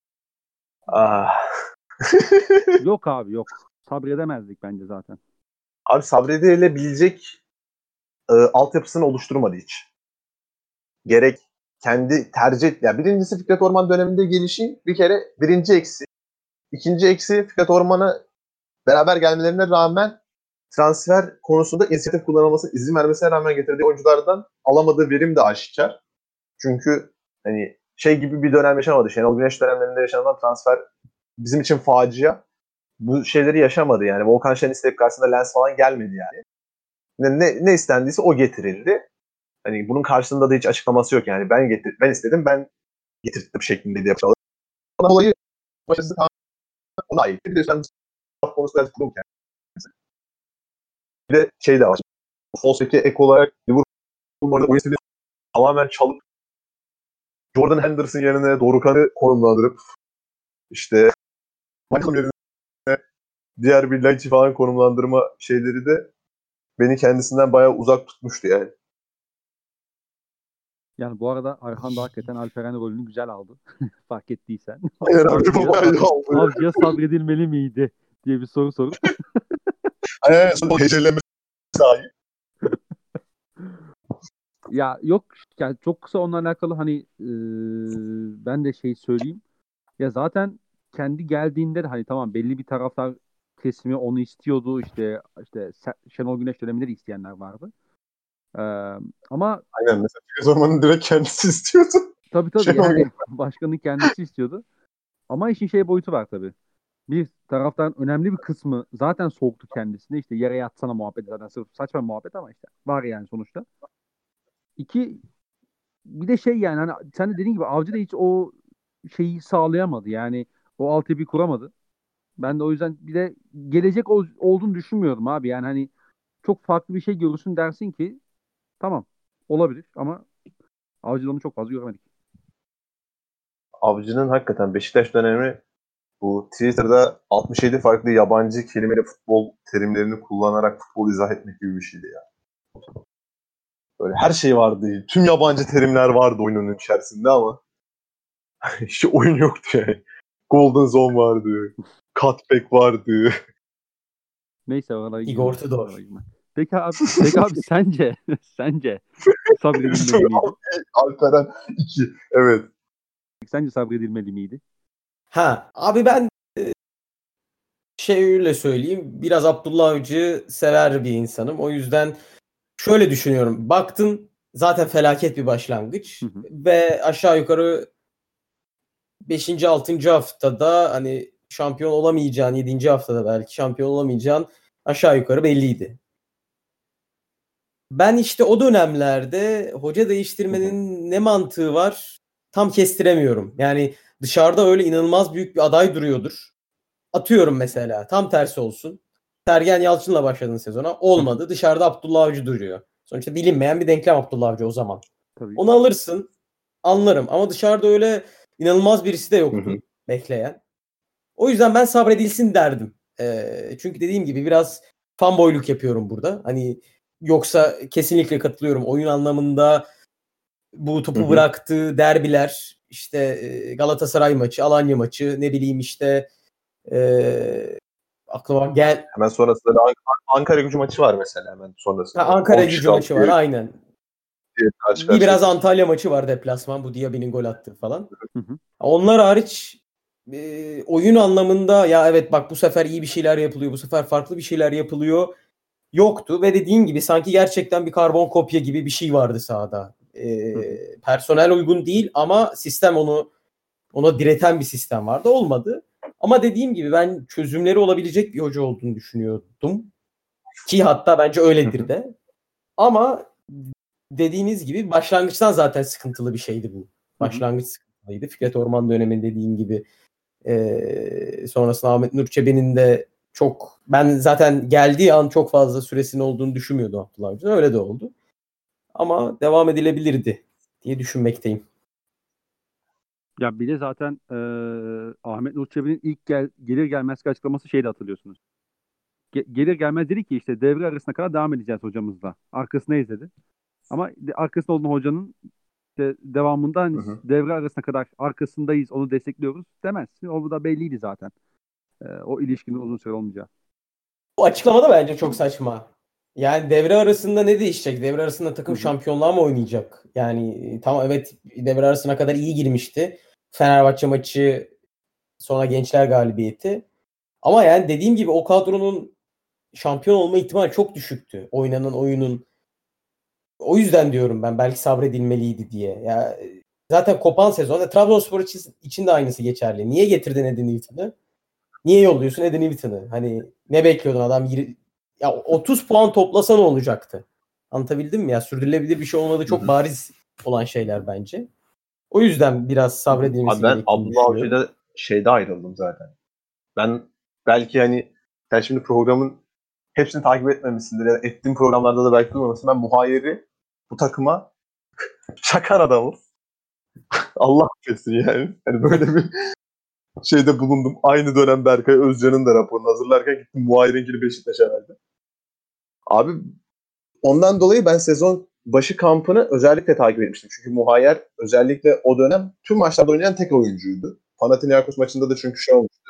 Yok abi yok. Sabredemezdik bence zaten. Abi sabredilebilecek altyapısını oluşturmadı hiç. Gerek kendi tercih... Ya birincisi Fikret Orman döneminde gelişi bir kere birinci eksi. İkinci eksi Fikret Orman'a beraber gelmelerine rağmen transfer konusunda inisiyatif kullanılması izin vermesine rağmen getirdiği oyunculardan alamadığı verim de aşikar. Çünkü hani şey gibi bir dönem yaşamadı. Şenol Güneş dönemlerinde yaşanan transfer bizim için facia. Bu şeyleri yaşamadı yani. Volkan Şen isteyip karşısında Lens falan gelmedi yani. Ne istendiyse o getirildi. Hani bunun karşılığında da hiç açıklaması yok yani. Ben istedim, ben getirttim şeklinde de yapıyorlar. Ondan dolayı başarısı ona ait. Bir de sen konusunda kurulur kendisi. Bir de şey de var. False'daki ek olarak Liverpool'un orada oyun stili tamamen çalıp Jordan Henderson yerine Dorukhan'ı konumlandırıp işte Michael yerine diğer bir Laiç'i falan konumlandırma şeyleri de beni kendisinden bayağı uzak tutmuştu yani. Yani bu arada Arhan da hakikaten Alperen rolünü güzel aldı. Fark ettiysen. Aynen abi, Avcıya sabredilmeli miydi diye bir soru sorup. Aynen, son hecelenmesi dahi. Ya yok yani çok kısa onunla alakalı hani ben de şey söyleyeyim. Ya zaten kendi geldiğinde de hani tamam belli bir taraftar kesimi onu istiyordu. İşte Şenol Güneş döneminde de isteyenler vardı. Ee, ama Aynen, mesela Fikret Orman'ın direkt kendisi istiyordu. tabii yani başkanın kendisi istiyordu. Ama işin şey boyutu var tabii. Bir taraftan önemli bir kısmı zaten soğuktu kendisine. İşte yere yatsana muhabbeti zaten sırf saçma muhabbet ama işte var yani sonuçta. İki, bir de şey yani hani sen de dediğin gibi Avcı da hiç o şeyi sağlayamadı. Yani o altyapıyı kuramadı. Ben de o yüzden bir de gelecek olduğunu düşünmüyorum abi. Yani hani çok farklı bir şey görürsün dersin ki tamam olabilir ama Avcı'da onu çok fazla göremedik. Avcı'nın hakikaten Beşiktaş dönemi bu Twitter'da 67 farklı yabancı kelimeyle futbol terimlerini kullanarak futbol izah etmek gibi bir şeydi ya. Böyle her şey vardı. Tüm yabancı terimler vardı oyunun içerisinde ama hiç oyun yoktu yani. Golden Zone vardı. Cutback vardı. Neyse oralara Igor girme. Tudor. Oralara girme. Peki abi sence sabredilmeli miydi? Alperen 2. Evet. Sence sabredilmeli miydi? Ha abi ben öyle söyleyeyim. Biraz Abdullah Avcı sever bir insanım. O yüzden şöyle düşünüyorum. Baktın zaten felaket bir başlangıç. Hı hı. Ve aşağı yukarı 5. 6. haftada hani şampiyon olamayacağın, 7. haftada belki şampiyon olamayacağın aşağı yukarı belliydi. Ben işte o dönemlerde hoca değiştirmenin ne mantığı var tam kestiremiyorum. Yani dışarıda öyle inanılmaz büyük bir aday duruyordur. Atıyorum mesela tam tersi olsun. Sergen Yalçın'la başladın sezona. Olmadı. Dışarıda Abdullah Avcı duruyor. Sonuçta bilinmeyen bir denklem Abdullah Avcı o zaman. Tabii. Onu alırsın. Anlarım. Ama dışarıda öyle inanılmaz birisi de yoktu bekleyen. O yüzden ben sabredilsin derdim. Çünkü dediğim gibi biraz fanboyluk yapıyorum burada. Hani yoksa kesinlikle katılıyorum. Oyun anlamında bu topu bıraktığı derbiler, işte Galatasaray maçı, Alanya maçı, ne bileyim işte aklıma Hemen sonrasında da Ankara Gücü maçı var mesela hemen sonrasında. Ankara Gücü maçı var aynen. Biraz Antalya maçı var deplasman. Bu Diaby'nin gol attığı falan. Onlar hariç oyun anlamında ya evet bak bu sefer iyi bir şeyler yapılıyor. Bu sefer farklı bir şeyler yapılıyor. Yoktu ve dediğin gibi sanki gerçekten bir karbon kopya gibi bir şey vardı sahada. Personel uygun değil ama sistem ona direten bir sistem vardı. Olmadı. Ama dediğim gibi ben çözümleri olabilecek bir hoca olduğunu düşünüyordum. Ki hatta bence öyledir de. Ama dediğiniz gibi başlangıçtan zaten sıkıntılı bir şeydi bu. Başlangıç sıkıntılıydı. Fikret Orman döneminde dediğin gibi sonrasında Ahmet Nur Çebi'nin de ben zaten geldiği an çok fazla süresinin olduğunu düşünmüyordum Abdullah Avcı'nın. Öyle de oldu. Ama devam edilebilirdi diye düşünmekteyim. Ya bir de zaten Ahmet Nur Çebi'nin ilk gelir gelmez açıklaması şeydi hatırlıyorsunuz. Gelir gelmez dedi ki işte devre arasına kadar devam edeceğiz hocamızla. Arkasındayız dedi. Ama arkasında olan hocanın işte devamında hani devre arasına kadar arkasındayız onu destekliyoruz demezsin. O da belliydi zaten. O ilişkinin uzun süre olmayacağı. Bu açıklama da bence çok saçma. Yani devre arasında ne değişecek? Devre arasında takım şampiyonluğa mı oynayacak? Yani tamam evet devre arasına kadar iyi girmişti. Fenerbahçe maçı sonra Gençler galibiyeti. Ama yani dediğim gibi o kadronun şampiyon olma ihtimali çok düşüktü. Oynanan oyunun. O yüzden diyorum ben belki sabredilmeliydi diye. Ya zaten kopan sezon. Trabzonspor için de aynısı geçerli. Niye getirdin Edin Newton'u? Niye yolluyorsun Edin Newton'u? Hani ne bekliyordun adam? Ya 30 puan toplasa ne olacaktı? Anlatabildim mi ya? Sürdürülebilir bir şey olmadığı çok bariz olan şeyler bence. O yüzden biraz sabredilmesi Abi ben gerektiğini Abdullah düşünüyorum. Avcı'yla şeyde ayrıldım zaten. Ben belki hani sen şimdi programın hepsini takip etmemişsindir. Ya da ettiğim programlarda da belki duymamışsın. Ben Muhayyer'i bu takıma şakan adamım. Allah affetsin yani. Hani böyle bir şeyde bulundum. Aynı dönem Berkay Özcan'ın da raporunu hazırlarken gittim Muhayyer'inkini Beşiktaş'a verdim. Abi ondan dolayı ben sezon başı kampını özellikle takip etmiştim. Çünkü Muhayyer özellikle o dönem tüm maçlarda oynayan tek oyuncuydu. Panathinaikos maçında da çünkü şey olmuştu.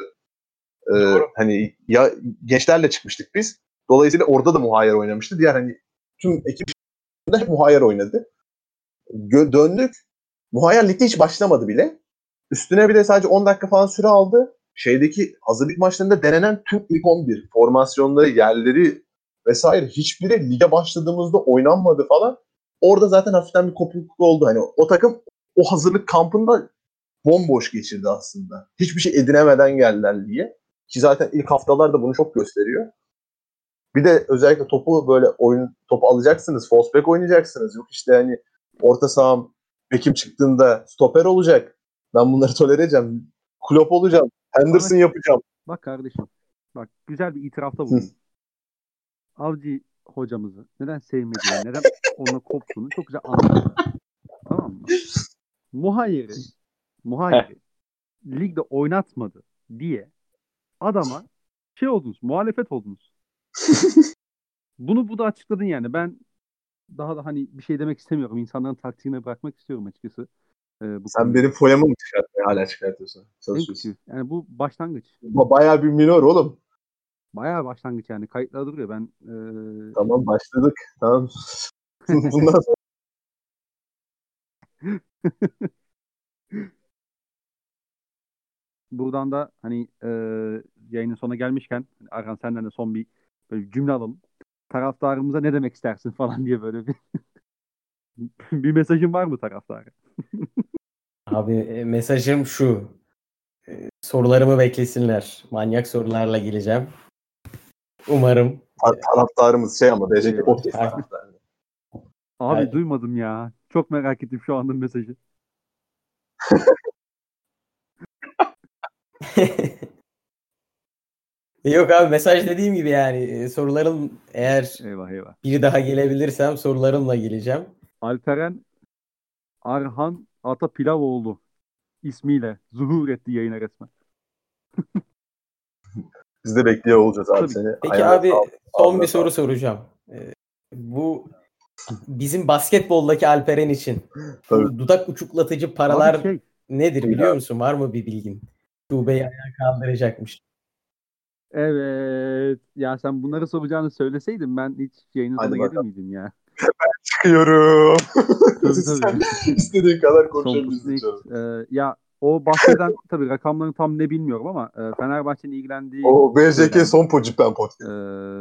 Hani ya gençlerle çıkmıştık biz. Dolayısıyla orada da Muhayyer oynamıştı. Diğer hani tüm ekip de hep Muhayyer oynadı. Döndük. Muhayyer ligde hiç başlamadı bile. Üstüne bir de sadece 10 dakika falan süre aldı. Şeydeki hazırlık maçlarında denenen tüm ilk 11 formasyonları, yerleri vesaire hiçbiri lige başladığımızda oynanmadı falan. Orada zaten hafiften bir kopukluk oldu. Hani o takım o hazırlık kampında bomboş geçirdi aslında. Hiçbir şey edinemeden geldiler lige. Ki zaten ilk haftalarda bunu çok gösteriyor. Bir de özellikle topu böyle topu alacaksınız, false back oynayacaksınız. Yok işte hani orta saham bekim çıktığında stoper olacak. Ben bunları tolere edeceğim. Klopp olacağım. Henderson yapacağım. Bak kardeşim. Bak güzel bir itirafta bulunayım. Avcı hocamızı neden sevmediğini, neden onunla koptuğunu çok güzel anlattı. Tamam mı? Muhayyer'i ligde oynatmadı diye adama şey oldunuz, muhalefet oldunuz. Bu da açıkladın yani. Ben daha da hani bir şey demek istemiyorum. İnsanların taktiğine bırakmak istiyorum açıkçası. Bu Sen konuyu. benim foyamı mı çıkartmaya hala çıkartıyorsun? En küçüğü. Yani bu başlangıç. Bayağı bir minor oğlum. Bayağı başlangıç yani. Kayıtlar duruyor. Ben Tamam başladık. Tamam. Bundan sonra buradan da hani yayının sonuna gelmişken Arhan senden de son bir böyle cümle alalım. Taraftarımıza ne demek istersin falan diye böyle bir mesajın var mı taraftara? Abi mesajım şu. Sorularımı beklesinler. Manyak sorularla geleceğim. Umarım. taraftarımız şey ama BJK podcast Her- taraftarı. Abi her- duymadım ya. Çok merak ettim şu anda mesajı. Yok abi mesaj dediğim gibi yani sorularım eğer Eyvah. bir daha gelebilirsem sorularımla geleceğim. Alperen Arhan Ata Pilavoğlu ismiyle zuhur etti yayına resmen. Biz de bekliyor olacağız abi Tabii. seni. Peki Ayağına abi sağlık. son Ağzına bir soru sağlık. soracağım. Bu bizim basketboldaki Alperen için Tabii. bu dudak uçuklatıcı paralar Abi nedir biliyor musun? Var mı bir bilgin? Şubeyi ayağa kaldıracakmış. evet. Ya sen bunları soracağını söyleseydin ben hiç yayının Hadi sonuna gelir bakalım. miydim ya? Çıkıyorum. Tabii. Sen istediğin kadar Son konuşabilirsin Pusnik. canım. Ya o bahseden tabii rakamlarını tam ne bilmiyorum ama Fenerbahçe'nin ilgilendiği O BJK söylendi. son Pocik'ten podcast.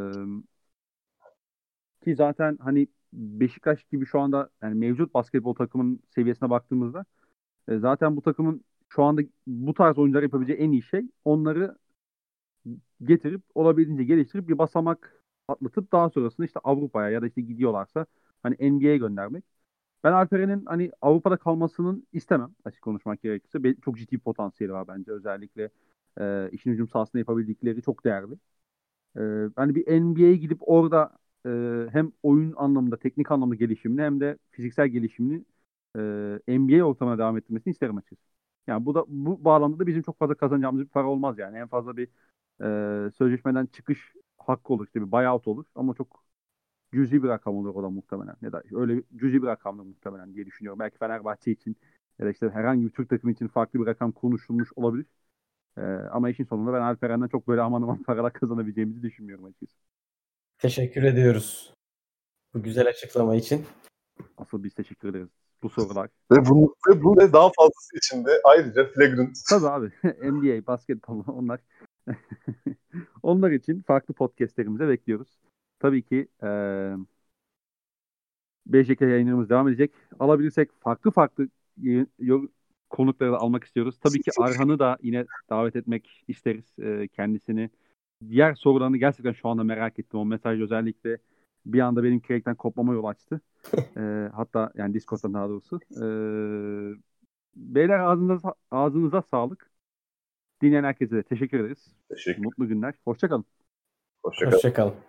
Ki zaten hani Beşiktaş gibi şu anda yani mevcut basketbol takımının seviyesine baktığımızda zaten bu takımın şu anda bu tarz oyuncular yapabileceği en iyi şey onları getirip olabildiğince geliştirip bir basamak atlatıp daha sonrasında işte Avrupa'ya ya da işte gidiyorlarsa hani NBA'ye göndermek. Ben Alperen'in hani Avrupa'da kalmasının istemem açık konuşmak gerekirse. Çok ciddi potansiyeli var bence. Özellikle işin hücum sahasında yapabildikleri çok değerli. Hani bir NBA'ye gidip orada hem oyun anlamında, teknik anlamda gelişimini hem de fiziksel gelişimini NBA ortamına devam ettirmesini isterim açıkçası. Yani bu bağlamda da bizim çok fazla kazanacağımız bir para olmaz yani. En fazla bir sözleşmeden çıkış hakkı olur, işte bir buyout olur ama çok cüzi bir rakam olur o da muhtemelen. Ya da öyle cüzi bir rakamdır muhtemelen diye düşünüyorum. Belki Fenerbahçe için ya da işte herhangi bir Türk takımı için farklı bir rakam konuşulmuş olabilir. Ama işin sonunda ben Alperen'den çok böyle aman aman paralar kazanabileceğimizi düşünmüyorum açıkçası. Teşekkür ediyoruz bu güzel açıklama için. Asıl biz teşekkür ederiz. Bu sorular. Ve daha fazlası için de ayrıca Flagrant. Tabii abi. NBA, basketbol onlar. Onlar için farklı podcastlerimize bekliyoruz. Tabii ki BJK yayınlarımız devam edecek. Alabilirsek farklı konukları da almak istiyoruz. Tabii ki Arhan'ı da yine davet etmek isteriz kendisini. Diğer sorularını gerçekten şu anda merak ettim. O mesaj özellikle bir anda benim Craig'den kopmama yol açtı. Hatta yani Discord'dan daha doğrusu. Beyler ağzınıza sağlık. Dinleyen herkese de teşekkür ederiz. Teşekkür. Mutlu günler. Hoşça kalın. Hoşça kalın. Hoşça kalın.